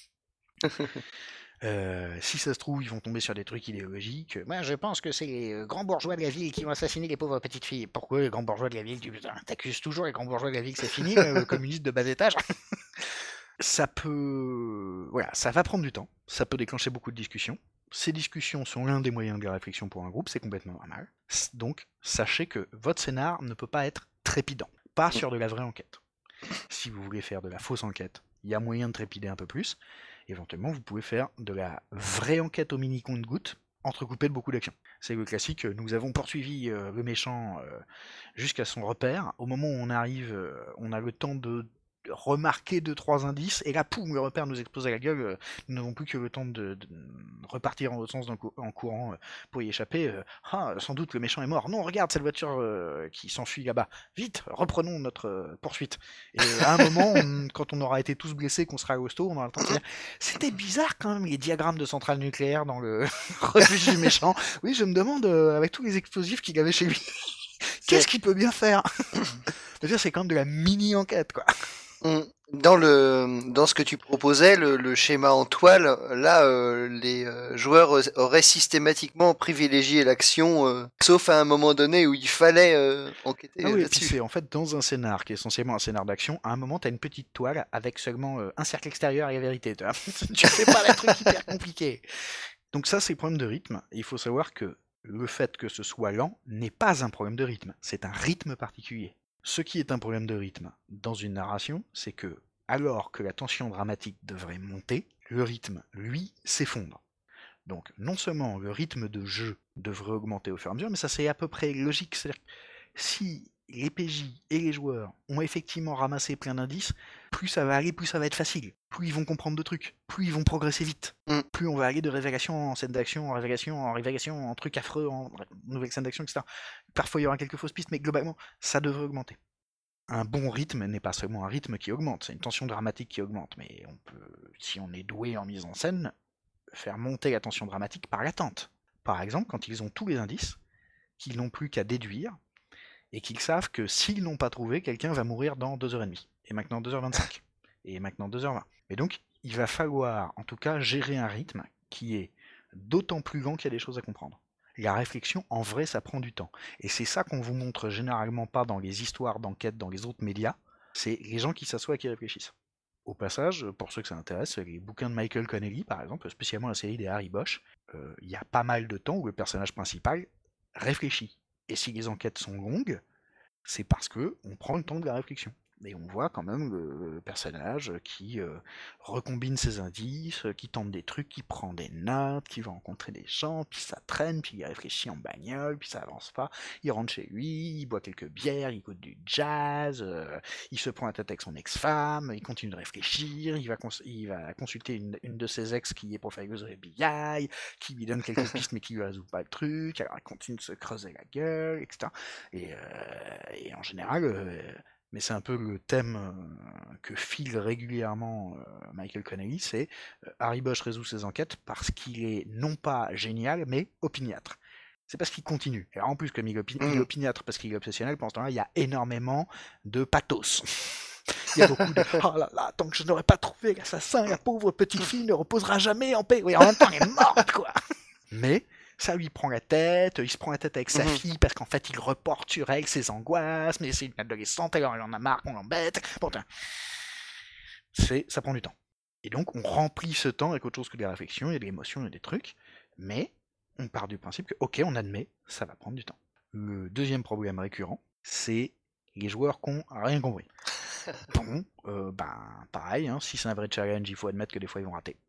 Si ça se trouve, ils vont tomber sur des trucs idéologiques. Moi, je pense que c'est les grands bourgeois de la ville qui vont assassiner les pauvres petites filles. Pourquoi les grands bourgeois de la ville? T'accuses toujours les grands bourgeois de la ville que c'est fini, le communiste de bas étage. Ça peut... Voilà, ça va prendre du temps. Ça peut déclencher beaucoup de discussions. Ces discussions sont l'un des moyens de la réflexion pour un groupe, c'est complètement normal. Donc, sachez que votre scénar ne peut pas être trépidant. Pas sur de la vraie enquête. Si vous voulez faire de la fausse enquête, il y a moyen de trépider un peu plus. Éventuellement, vous pouvez faire de la vraie enquête au mini compte-gouttes, entrecoupée de beaucoup d'actions. C'est le classique, nous avons poursuivi le méchant jusqu'à son repère. Au moment où on arrive, on a le temps de remarquer 2-3 indices, et là, poum, le repère nous explose à la gueule. Nous n'avons plus que le temps de repartir en l'autre sens en courant pour y échapper. Sans doute le méchant est mort. Non, regarde cette voiture qui s'enfuit là-bas. Vite, reprenons notre poursuite. Et à un moment, quand on aura été tous blessés, qu'on sera à l'hosto, on aura le temps de dire c'était bizarre quand même les diagrammes de centrales nucléaires dans le refuge du méchant. Oui, je me demande, avec tous les explosifs qu'il avait chez lui, qu'est-ce qu'il peut bien faire? C'est quand même de la mini-enquête, quoi. Dans ce que tu proposais, le schéma en toile, là, les joueurs auraient systématiquement privilégié l'action, sauf à un moment donné où il fallait enquêter Ah oui, et puis là-dessus. c'est en fait dans un scénar qui est essentiellement un scénar d'action, à un moment t'as une petite toile avec seulement un cercle extérieur et la vérité. Tu vois. Tu fais pas les trucs hyper compliqués. Donc ça c'est le problème de rythme. Et il faut savoir que le fait que ce soit lent n'est pas un problème de rythme, c'est un rythme particulier. Ce qui est un problème de rythme dans une narration, c'est que alors que la tension dramatique devrait monter, le rythme, lui, s'effondre. Donc non seulement le rythme de jeu devrait augmenter au fur et à mesure, mais ça c'est à peu près logique. C'est-à-dire que si les PJ et les joueurs ont effectivement ramassé plein d'indices, plus ça va aller, plus ça va être facile. Plus ils vont comprendre de trucs, plus ils vont progresser vite. Mm. Plus on va aller de révélation en scène d'action, en révélation, en truc affreux, en nouvelle scène d'action, etc. Parfois il y aura quelques fausses pistes, mais globalement, ça devrait augmenter. Un bon rythme n'est pas seulement un rythme qui augmente, c'est une tension dramatique qui augmente. Mais on peut, si on est doué en mise en scène, faire monter la tension dramatique par l'attente. Par exemple, quand ils ont tous les indices, qu'ils n'ont plus qu'à déduire, et qu'ils savent que s'ils n'ont pas trouvé, quelqu'un va mourir dans 2h30, et maintenant 2h25, et maintenant 2h20. Et donc, il va falloir, en tout cas, gérer un rythme qui est d'autant plus lent qu'il y a des choses à comprendre. La réflexion, en vrai, ça prend du temps. Et c'est ça qu'on vous montre généralement pas dans les histoires d'enquête dans les autres médias, c'est les gens qui s'assoient et qui réfléchissent. Au passage, pour ceux que ça intéresse, les bouquins de Michael Connelly, par exemple, spécialement la série des Harry Bosch, il y a pas mal de temps où le personnage principal réfléchit. Et si les enquêtes sont longues, c'est parce que on prend le temps de la réflexion. Et on voit quand même le personnage qui recombine ses indices, qui tente des trucs, qui prend des notes, qui va rencontrer des gens, puis ça traîne, puis il réfléchit en bagnole, puis ça avance pas. Il rentre chez lui, il boit quelques bières, il écoute du jazz, il se prend la tête avec son ex-femme, il continue de réfléchir, il va consulter une de ses ex qui est professeuse de FBI, qui lui donne quelques pistes mais qui lui résout pas le truc, alors il continue de se creuser la gueule, etc. Et en général, mais c'est un peu le thème que file régulièrement Michael Connelly, c'est Harry Bosch résout ses enquêtes parce qu'il est non pas génial, mais opiniâtre. C'est parce qu'il continue. Et en plus, comme il est opiniâtre parce qu'il est obsessionnel, pendant ce temps-là, il y a énormément de pathos. Il y a beaucoup de oh là là, tant que je n'aurai pas trouvé l'assassin, la pauvre petite fille ne reposera jamais en paix. Oui, en même temps, elle est morte, quoi. Mais ça lui prend la tête, il se prend la tête avec sa fille parce qu'en fait il reporte sur elle ses angoisses, mais c'est une adolescente, alors elle en a marre qu'on l'embête. Bon, ça prend du temps. Et donc on remplit ce temps avec autre chose que des réflexions, il y a de l'émotion, il y a des trucs, mais on part du principe que ok, on admet, ça va prendre du temps. Le deuxième problème récurrent, c'est les joueurs qui n'ont rien compris. Bon, pareil, hein, si c'est un vrai challenge, il faut admettre que des fois ils vont rater.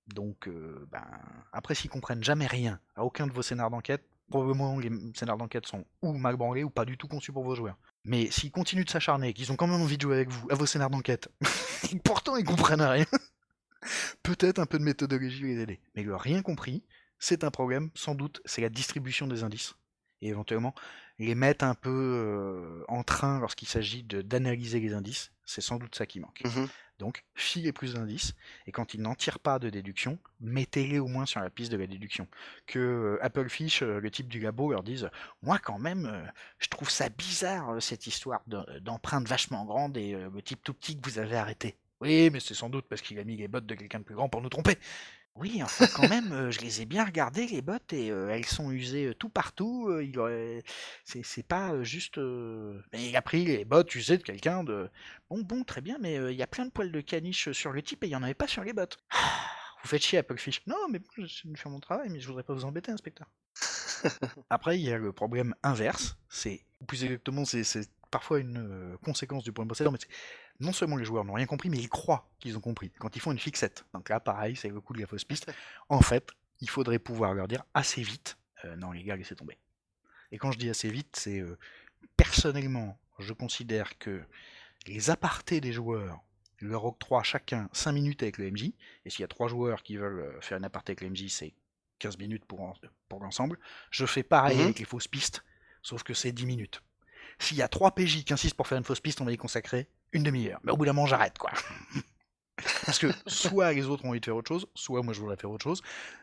Donc, après, s'ils comprennent jamais rien à aucun de vos scénars d'enquête, probablement les scénars d'enquête sont ou mal branlés ou pas du tout conçus pour vos joueurs. Mais s'ils continuent de s'acharner, qu'ils ont quand même envie de jouer avec vous à vos scénars d'enquête, et pourtant ils comprennent rien, peut-être un peu de méthodologie les aider. Mais le rien compris, c'est un problème, sans doute, c'est la distribution des indices. Et éventuellement, les mettre un peu en train lorsqu'il s'agit d'analyser les indices, c'est sans doute ça qui manque. Mhm. Donc, filez plus d'indices, et quand ils n'en tirent pas de déduction, mettez-les au moins sur la piste de la déduction. Que Applefish, le type du labo, leur dise moi quand même, je trouve ça bizarre cette histoire d'empreinte vachement grande et le type tout petit que vous avez arrêté. Oui, mais c'est sans doute parce qu'il a mis les bottes de quelqu'un de plus grand pour nous tromper. Oui, enfin quand même, je les ai bien regardées les bottes et elles sont usées tout partout. C'est pas juste. Mais il a pris les bottes usées de quelqu'un de. Bon, très bien, mais il y a plein de poils de caniche sur le type et il y en avait pas sur les bottes. Vous faites chier, Applefish. Non, mais bon, je suis venu faire mon travail, mais je voudrais pas vous embêter, inspecteur. Après, il y a le problème inverse. Ou plus exactement, c'est parfois une conséquence du problème précédent, mais non seulement les joueurs n'ont rien compris, mais ils croient qu'ils ont compris quand ils font une fixette. Donc là, pareil, c'est le coup de la fausse piste. En fait, il faudrait pouvoir leur dire assez vite non, les gars, laissez tomber. Et quand je dis assez vite, c'est personnellement, je considère que les apartés des joueurs leur octroient chacun 5 minutes avec le MJ, et s'il y a 3 joueurs qui veulent faire une aparté avec le MJ, c'est 15 minutes pour l'ensemble. Je fais pareil Mhm. avec les fausses pistes, sauf que c'est 10 minutes. S'il y a 3 PJ qui insistent pour faire une fausse piste, on va y consacrer une demi-heure. Mais au bout d'un moment, j'arrête, quoi. Parce que soit les autres ont envie de faire autre chose, soit moi je voudrais faire autre chose,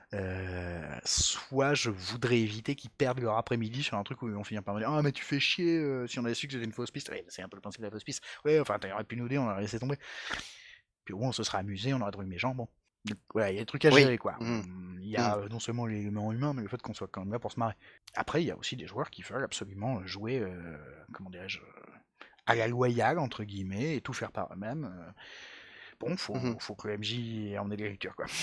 soit je voudrais éviter qu'ils perdent leur après-midi sur un truc où ils vont finir par me dire ah mais tu fais chier si on avait su que c'était une fausse piste. Ouais, c'est un peu le principe de la fausse piste. Ouais, enfin t'aurais pu nous dire, on aurait laissé tomber. Puis au moins on se serait amusé, on aurait trouvé mes gens. Bon, donc, voilà, il y a des trucs à Oui. gérer quoi. Mhm. Il y Mhm. a non seulement l'élément humain, mais le fait qu'on soit quand même là pour se marrer. Après, il y a aussi des joueurs qui veulent absolument jouer, comment dirais-je, à la loyale entre guillemets et tout faire par eux-mêmes. Bon, Mhm. faut que le MJ ait emmené les lectures quoi.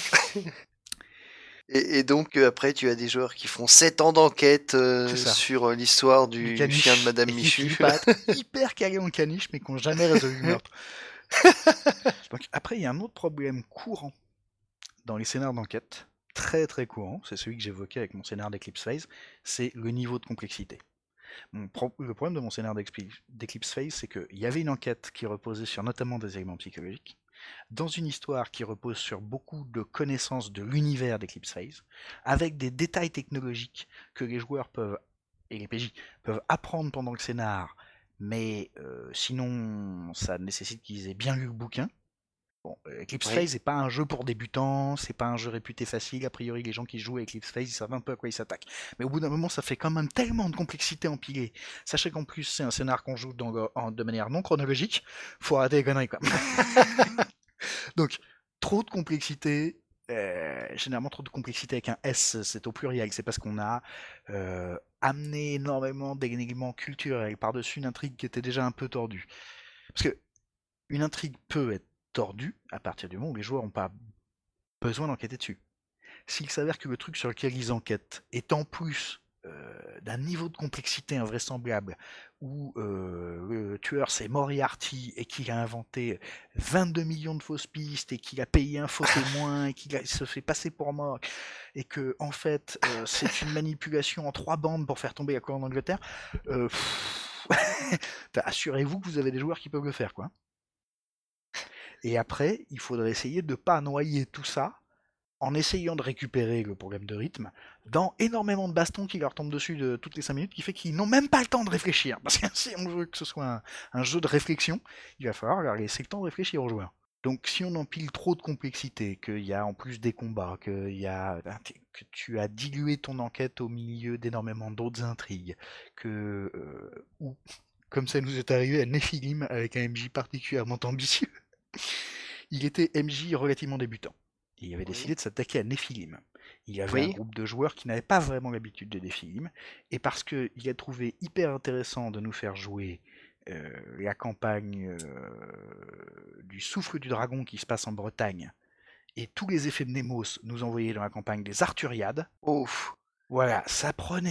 Et donc après, tu as des joueurs qui font 7 ans d'enquête C'est ça. sur l'histoire Du du chien de caniche, Madame et qui Michu. finit par être hyper calé en caniche, mais qui n'ont jamais résolu le meurtre. Donc après, il y a un autre problème courant dans les scénars d'enquête, très très courant, c'est celui que j'évoquais avec mon scénar d'Eclipse Phase, c'est le niveau de complexité. Le problème de mon scénar d'Eclipse Phase, c'est qu'il y avait une enquête qui reposait sur notamment des éléments psychologiques, dans une histoire qui repose sur beaucoup de connaissances de l'univers d'Eclipse Phase, avec des détails technologiques que les joueurs peuvent, et les PJ, peuvent apprendre pendant le scénar, mais sinon ça nécessite qu'ils aient bien lu le bouquin. Bon, Eclipse Oui. Phase n'est pas un jeu pour débutants, c'est pas un jeu réputé facile. A priori, les gens qui jouent à Eclipse Phase, ils savent un peu à quoi ils s'attaquent. Mais au bout d'un moment, ça fait quand même tellement de complexité empilée. Sachez qu'en plus, c'est un scénar qu'on joue de manière non chronologique. Faut arrêter les conneries, quoi. Donc, trop de complexité. Généralement, trop de complexité avec un S, c'est au pluriel. C'est parce qu'on a amené énormément d'éléments culturels par-dessus une intrigue qui était déjà un peu tordue. Parce que une intrigue peut être tordue à partir du moment où les joueurs n'ont pas besoin d'enquêter dessus. S'il s'avère que le truc sur lequel ils enquêtent est en plus d'un niveau de complexité invraisemblable, où le tueur c'est Moriarty et qu'il a inventé 22 millions de fausses pistes et qu'il a payé un faux témoin et qu'il se fait passer pour mort et que en fait c'est une manipulation en 3 bandes pour faire tomber la couronne d'Angleterre, assurez-vous que vous avez des joueurs qui peuvent le faire quoi. Et après, il faudrait essayer de ne pas noyer tout ça en essayant de récupérer le problème de rythme dans énormément de bastons qui leur tombent dessus de toutes les 5 minutes, qui fait qu'ils n'ont même pas le temps de réfléchir. Parce que si on veut que ce soit un jeu de réflexion, il va falloir leur laisser le temps de réfléchir aux joueurs. Donc si on empile trop de complexité, qu'il y a en plus des combats, que tu as dilué ton enquête au milieu d'énormément d'autres intrigues, ou comme ça nous est arrivé à Nephilim avec un MJ particulièrement ambitieux, il était MJ relativement débutant. Et il avait Oui. décidé de s'attaquer à Nephilim. Il avait un Oui. groupe de joueurs qui n'avaient pas vraiment l'habitude de Nephilim, et parce qu'il a trouvé hyper intéressant de nous faire jouer la campagne du Souffle du Dragon qui se passe en Bretagne, et tous les effets de Nemos nous envoyaient dans la campagne des Arthuriades, Ouf. voilà, ça prenait des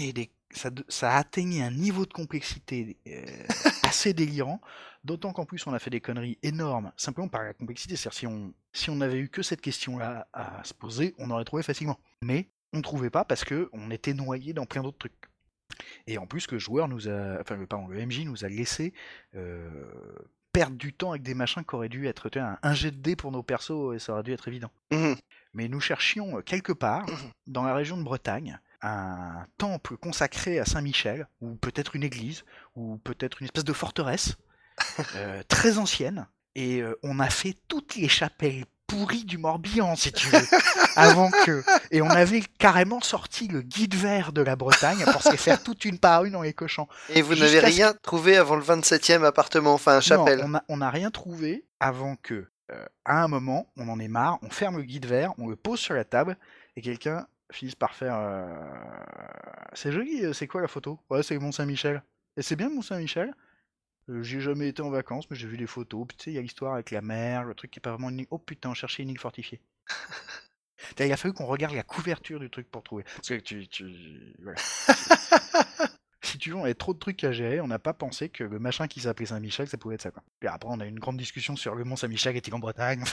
ça atteignait un niveau de complexité assez délirant, d'autant qu'en plus on a fait des conneries énormes, simplement par la complexité. C'est-à-dire si on avait eu que cette question-là à se poser, on aurait trouvé facilement. Mais on ne trouvait pas parce qu'on était noyé dans plein d'autres trucs. Et en plus, le joueur nous a, enfin, le MJ nous a laissé perdre du temps avec des machins qui auraient dû être un jet de dés pour nos persos et ça aurait dû être évident. Mhm. Mais nous cherchions quelque part, dans la région de Bretagne, un temple consacré à Saint-Michel, ou peut-être une église, ou peut-être une espèce de forteresse, très ancienne, et on a fait toutes les chapelles pourries du Morbihan, si tu veux, avant que... Et on avait carrément sorti le guide vert de la Bretagne pour se les faire toute une par une en les cochant. Et vous n'avez rien trouvé avant le 27e appartement, enfin chapelle. Non, on n'a rien trouvé avant que, à un moment, on en est marre, on ferme le guide vert, on le pose sur la table, et quelqu'un finisse par faire c'est joli, c'est quoi la photo? Ouais, c'est le Mont Saint-Michel. Et c'est bien le Mont Saint-Michel? J'ai jamais été en vacances, mais j'ai vu des photos. Puis tu sais, il y a l'histoire avec la mer, le truc qui est pas vraiment une île. Oh putain, on cherchait une île fortifiée. Il a fallu qu'on regarde la couverture du truc pour trouver. Parce que voilà. Si tu veux, on avait trop de trucs à gérer, on n'a pas pensé que le machin qui s'appelait Saint-Michel, ça pouvait être ça, quoi. Et après, on a eu une grande discussion sur le Mont Saint-Michel est-il en Bretagne.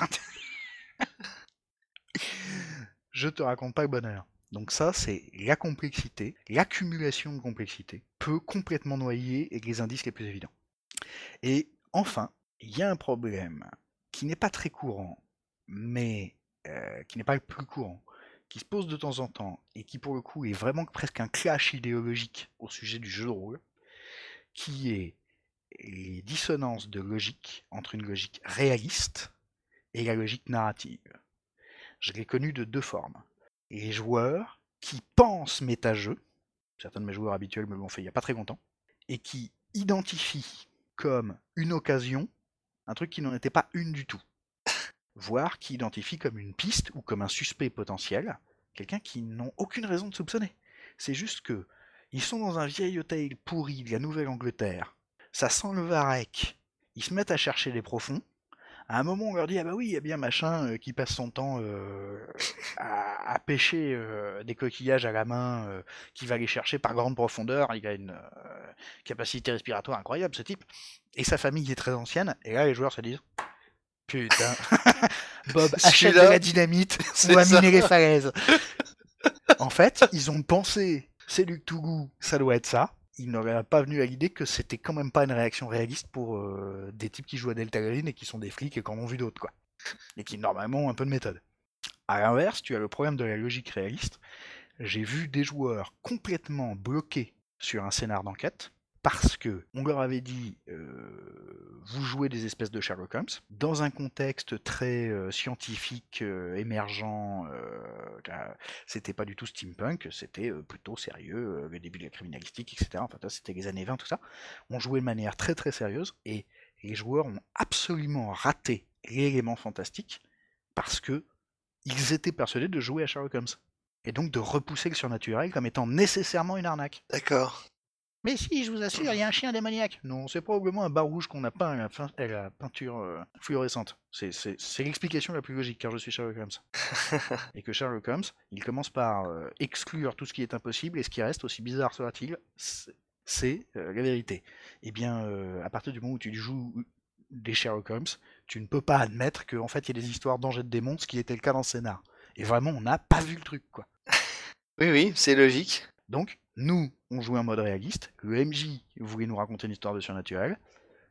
Je te raconte pas le bonheur. Donc ça, c'est la complexité, l'accumulation de complexité peut complètement noyer les indices les plus évidents. Et enfin, il y a un problème qui n'est pas très courant, mais qui n'est pas le plus courant, qui se pose de temps en temps, et qui pour le coup est vraiment presque un clash idéologique au sujet du jeu de rôle, qui est les dissonances de logique entre une logique réaliste et la logique narrative. Je l'ai connu de deux formes. Les joueurs qui pensent méta-jeu, certains de mes joueurs habituels me l'ont fait il n'y a pas très longtemps, et qui identifient comme une occasion un truc qui n'en était pas une du tout. Voire qui identifient comme une piste ou comme un suspect potentiel quelqu'un qui n'ont aucune raison de soupçonner. C'est juste que ils sont dans un vieil hôtel pourri de la Nouvelle-Angleterre, ça sent le varech, ils se mettent à chercher les profonds. À un moment, on leur dit ah bah oui, il y a bien machin qui passe son temps à pêcher des coquillages à la main, qui va les chercher par grande profondeur. Il a une capacité respiratoire incroyable, ce type. Et sa famille est très ancienne. Et là, les joueurs se disent putain, Bob achète de la dynamite, on va miner les falaises. En fait, ils ont pensé c'est du Cthulhu, ça doit être ça. Il n'aurait pas venu à l'idée que c'était quand même pas une réaction réaliste pour des types qui jouent à Deltarune et qui sont des flics et qui en ont vu d'autres, quoi. Et qui normalement ont un peu de méthode. À l'inverse, tu as le problème de la logique réaliste. J'ai vu des joueurs complètement bloqués sur un scénar d'enquête parce que on leur avait dit vous jouez des espèces de Sherlock Holmes dans un contexte très scientifique émergent. C'était pas du tout steampunk, c'était plutôt sérieux, le début de la criminalistique, etc. Enfin, c'était les années 20, tout ça. On jouait de manière très très sérieuse et les joueurs ont absolument raté l'élément fantastique parce que ils étaient persuadés de jouer à Sherlock Holmes et donc de repousser le surnaturel comme étant nécessairement une arnaque. D'accord. Mais si, je vous assure, il y a un chien démoniaque. Non, c'est probablement un bar rouge qu'on a peint à la peinture fluorescente. C'est l'explication la plus logique, car je suis Sherlock Holmes. Et que Sherlock Holmes, il commence par exclure tout ce qui est impossible, et ce qui reste, aussi bizarre soit-il, c'est la vérité. Eh bien, à partir du moment où tu joues des Sherlock Holmes, tu ne peux pas admettre qu'en fait, il y a des histoires d'anges et de démons, ce qui était le cas dans le scénar. Et vraiment, on n'a pas vu le truc, quoi. Oui, oui, c'est logique. Donc, nous, on jouait en mode réaliste. Le MJ voulait nous raconter une histoire de surnaturel.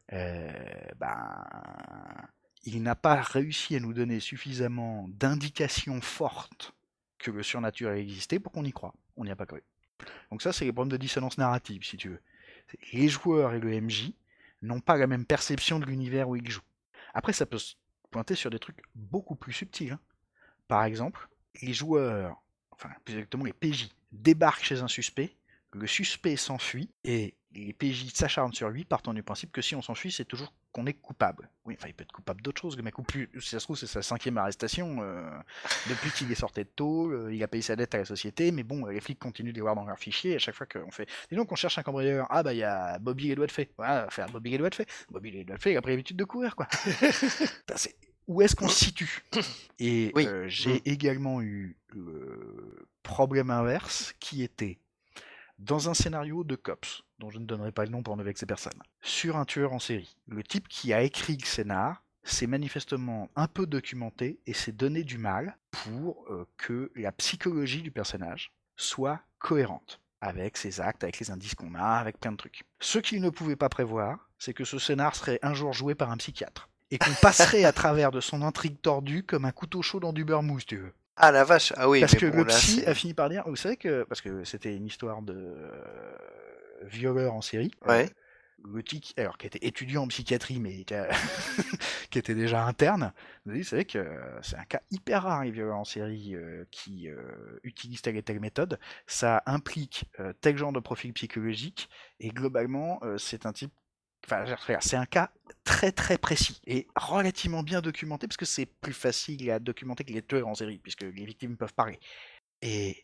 Il n'a pas réussi à nous donner suffisamment d'indications fortes que le surnaturel existait pour qu'on y croie. On n'y a pas cru. Donc ça, c'est les problèmes de dissonance narrative, si tu veux. Les joueurs et le MJ n'ont pas la même perception de l'univers où ils jouent. Après, ça peut se pointer sur des trucs beaucoup plus subtils. Hein. Par exemple, les joueurs, enfin plus exactement les PJ, débarquent chez un suspect, le suspect s'enfuit, et les PJ s'acharnent sur lui, partant du principe que si on s'enfuit, c'est toujours qu'on est coupable. Oui, enfin, il peut être coupable d'autres choses, le mec, ou plus, si ça se trouve, c'est sa 5e arrestation, depuis qu'il est sorti de tôle, il a payé sa dette à la société, mais bon, les flics continuent de les voir dans leurs fichiers, à chaque fois qu'on fait, dis donc, on cherche un cambrioleur, ah bah, il y a Bobby les doigts de fée, voilà, on va faire Bobby les doigts de fée, Bobby les doigts de fée, il a pris l'habitude de courir, quoi. Où est-ce qu'on se situe? Et Oui. j'ai également eu le problème inverse, qui était dans un scénario de cops, dont je ne donnerai pas le nom pour ne vexer personne, sur un tueur en série. Le type qui a écrit le scénar s'est manifestement un peu documenté et s'est donné du mal pour que la psychologie du personnage soit cohérente avec ses actes, avec les indices qu'on a, avec plein de trucs. Ce qu'il ne pouvait pas prévoir, c'est que ce scénar serait un jour joué par un psychiatre et qu'on passerait à travers de son intrigue tordue comme un couteau chaud dans du beurre mou, si tu veux. Ah la vache, ah oui, Parce mais que bon le là psy c'est... a fini par dire, vous savez que, parce que c'était une histoire de violeur en série, Ouais. le type, alors qui était étudiant en psychiatrie, mais qui était déjà interne, vous savez que c'est un cas hyper rare, les violeurs en série qui utilisent telle et telle méthode. Ça implique tel genre de profil psychologique, et globalement, c'est un type. Enfin, c'est un cas très très précis et relativement bien documenté parce que c'est plus facile à documenter que les tueurs en série, puisque les victimes peuvent parler. Et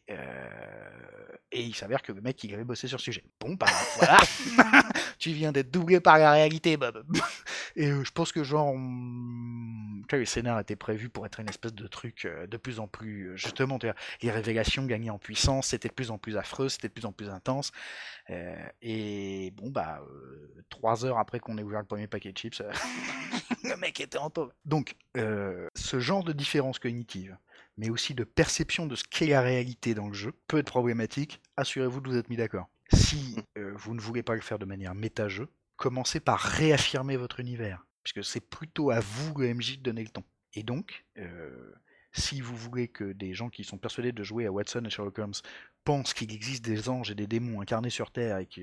il s'avère que le mec, il avait bossé sur le sujet. Bon, bah voilà, tu viens d'être doublé par la réalité, Bob. Et je pense que genre, tu vois, les scénars étaient prévus pour être une espèce de truc de plus en plus, justement, tu vois, les révélations gagnaient en puissance, c'était de plus en plus affreux, c'était de plus en plus intense. Et bon, bah, 3 heures après qu'on ait ouvert le premier paquet de chips, le mec était en taupe. Donc, ce genre de différence cognitive, mais aussi de perception de ce qu'est la réalité dans le jeu, peut être problématique. Assurez-vous de vous être mis d'accord. Si vous ne voulez pas le faire de manière méta-jeu, commencez par réaffirmer votre univers, puisque c'est plutôt à vous, le MJ, de donner le ton. Et donc, si vous voulez que des gens qui sont persuadés de jouer à Watson et Sherlock Holmes pensent qu'il existe des anges et des démons incarnés sur Terre et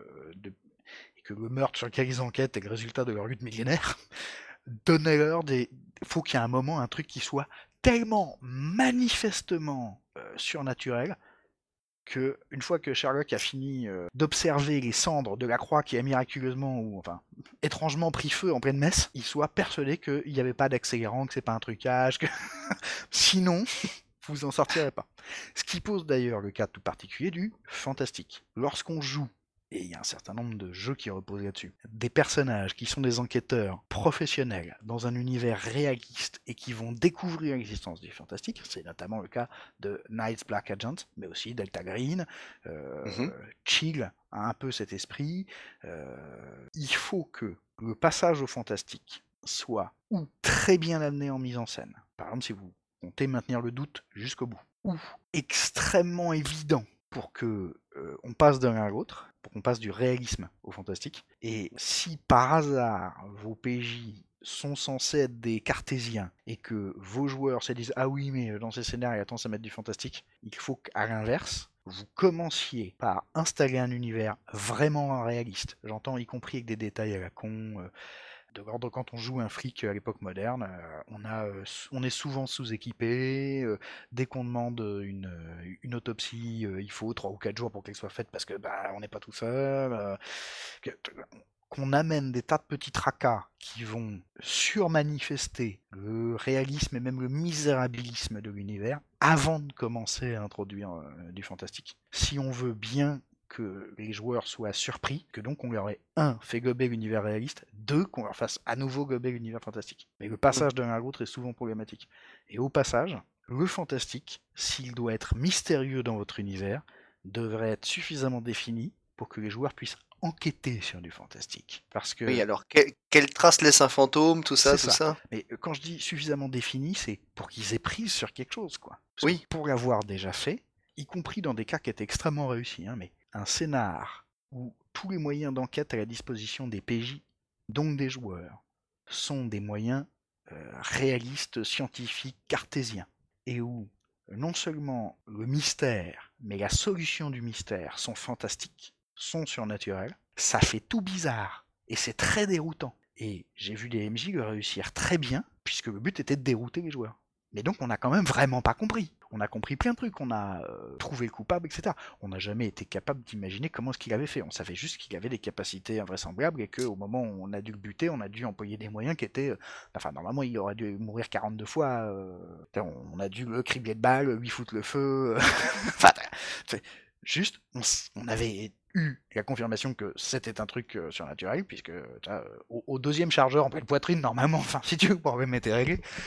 que le meurtre sur lequel ils enquêtent est le résultat de leur lutte millénaire, donnez-leur des... faut qu'il y ait un moment, un truc qui soit tellement manifestement surnaturel que une fois que Sherlock a fini d'observer les cendres de la croix qui a miraculeusement ou enfin étrangement pris feu en pleine messe, il soit persuadé qu'il n'y avait pas d'accélérant, que c'est pas un trucage, que sinon vous en sortirez pas. Ce qui pose d'ailleurs le cas tout particulier du fantastique. Lorsqu'on joue, et il y a un certain nombre de jeux qui reposent là-dessus, des personnages qui sont des enquêteurs professionnels dans un univers réaliste et qui vont découvrir l'existence du fantastique, c'est notamment le cas de Night's Black Agent, mais aussi Delta Green, Chill a un peu cet esprit. Il faut que le passage au fantastique soit ou très bien amené en mise en scène, par exemple si vous comptez maintenir le doute jusqu'au bout, ou extrêmement évident pour que on passe d'un à l'autre, pour qu'on passe du réalisme au fantastique. Et si par hasard vos PJ sont censés être des cartésiens et que vos joueurs se disent ah oui mais dans ces scénarios il y a tendance à mettre du fantastique, il faut qu'à l'inverse vous commenciez par installer un univers vraiment réaliste. J'entends y compris avec des détails à la con. De l'ordre quand on joue un flic à l'époque moderne, on est souvent sous-équipé. Dès qu'on demande une autopsie, il faut 3 ou 4 jours pour qu'elle soit faite parce que on n'est pas tout seul. Qu'on amène des tas de petits tracas qui vont surmanifester le réalisme et même le misérabilisme de l'univers avant de commencer à introduire du fantastique. Si on veut bien que les joueurs soient surpris, que donc on leur ait, fait gober l'univers réaliste, 2, qu'on leur fasse à nouveau gober l'univers fantastique. Mais le passage de l'un à l'autre est souvent problématique. Et au passage, le fantastique, s'il doit être mystérieux dans votre univers, devrait être suffisamment défini pour que les joueurs puissent enquêter sur du fantastique. Parce que... Oui, alors quelle trace laisse un fantôme, tout ça, c'est tout ça. Mais quand je dis suffisamment défini, c'est pour qu'ils aient prise sur quelque chose, quoi. Parce Oui. que pour l'avoir déjà fait, y compris dans des cas qui étaient extrêmement réussis, mais un scénar où tous les moyens d'enquête à la disposition des PJ, donc des joueurs, sont des moyens réalistes, scientifiques, cartésiens, et où non seulement le mystère, mais la solution du mystère sont fantastiques, sont surnaturels, ça fait tout bizarre, et c'est très déroutant. Et j'ai vu des MJ le réussir très bien, puisque le but était de dérouter les joueurs. Mais donc on n'a quand même vraiment pas compris. On a compris plein de trucs, on a trouvé le coupable, etc. On n'a jamais été capable d'imaginer comment est-ce qu'il avait fait. On savait juste qu'il avait des capacités invraisemblables et qu'au moment où on a dû le buter, on a dû employer des moyens qui étaient... Enfin, normalement, il aurait dû mourir 42 fois. On a dû le cribler de balles, lui foutre le feu. Enfin, juste, on avait eu la confirmation que c'était un truc surnaturel, puisque au deuxième chargeur en pleine poitrine, normalement, enfin, si tu veux, le problème était réglé.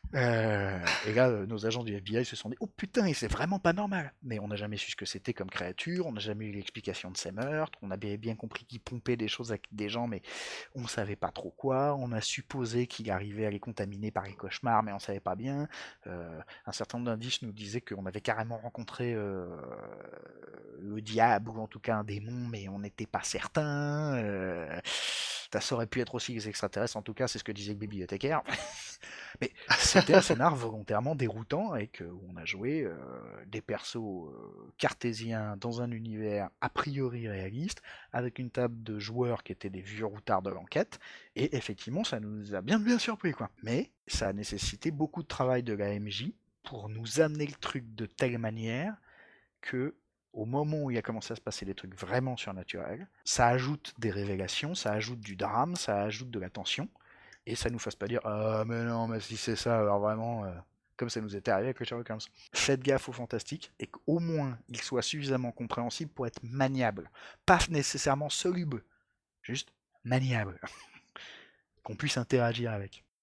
Et là, nos agents du FBI se sont dit oh putain, et c'est vraiment pas normal. Mais on n'a jamais su ce que c'était comme créature, on n'a jamais eu l'explication de ses meurtres, on avait bien compris qu'il pompait des choses à des gens, mais on savait pas trop quoi. On a supposé qu'il arrivait à les contaminer par les cauchemars, mais on savait pas bien. Un certain nombre d'indices nous disaient qu'on avait carrément rencontré le diable, ou en tout cas un démon, mais on n'était pas certain. Ça aurait pu être aussi les extraterrestres, en tout cas, c'est ce que disait le bibliothécaire. Mais c'était un scénar volontairement déroutant avec où on a joué des persos cartésiens dans un univers a priori réaliste, avec une table de joueurs qui étaient des vieux routards de l'enquête, et effectivement ça nous a bien surpris quoi. Mais ça a nécessité beaucoup de travail de la MJ pour nous amener le truc de telle manière que au moment où il a commencé à se passer des trucs vraiment surnaturels, ça ajoute des révélations, ça ajoute du drame, ça ajoute de la tension, et ça nous fasse pas dire ah mais non mais si c'est ça alors vraiment comme ça nous était arrivé avec le Sherlock Holmes. Faites gaffe au fantastique et qu'au moins il soit suffisamment compréhensible pour être maniable, pas nécessairement soluble, juste maniable, qu'on puisse interagir avec.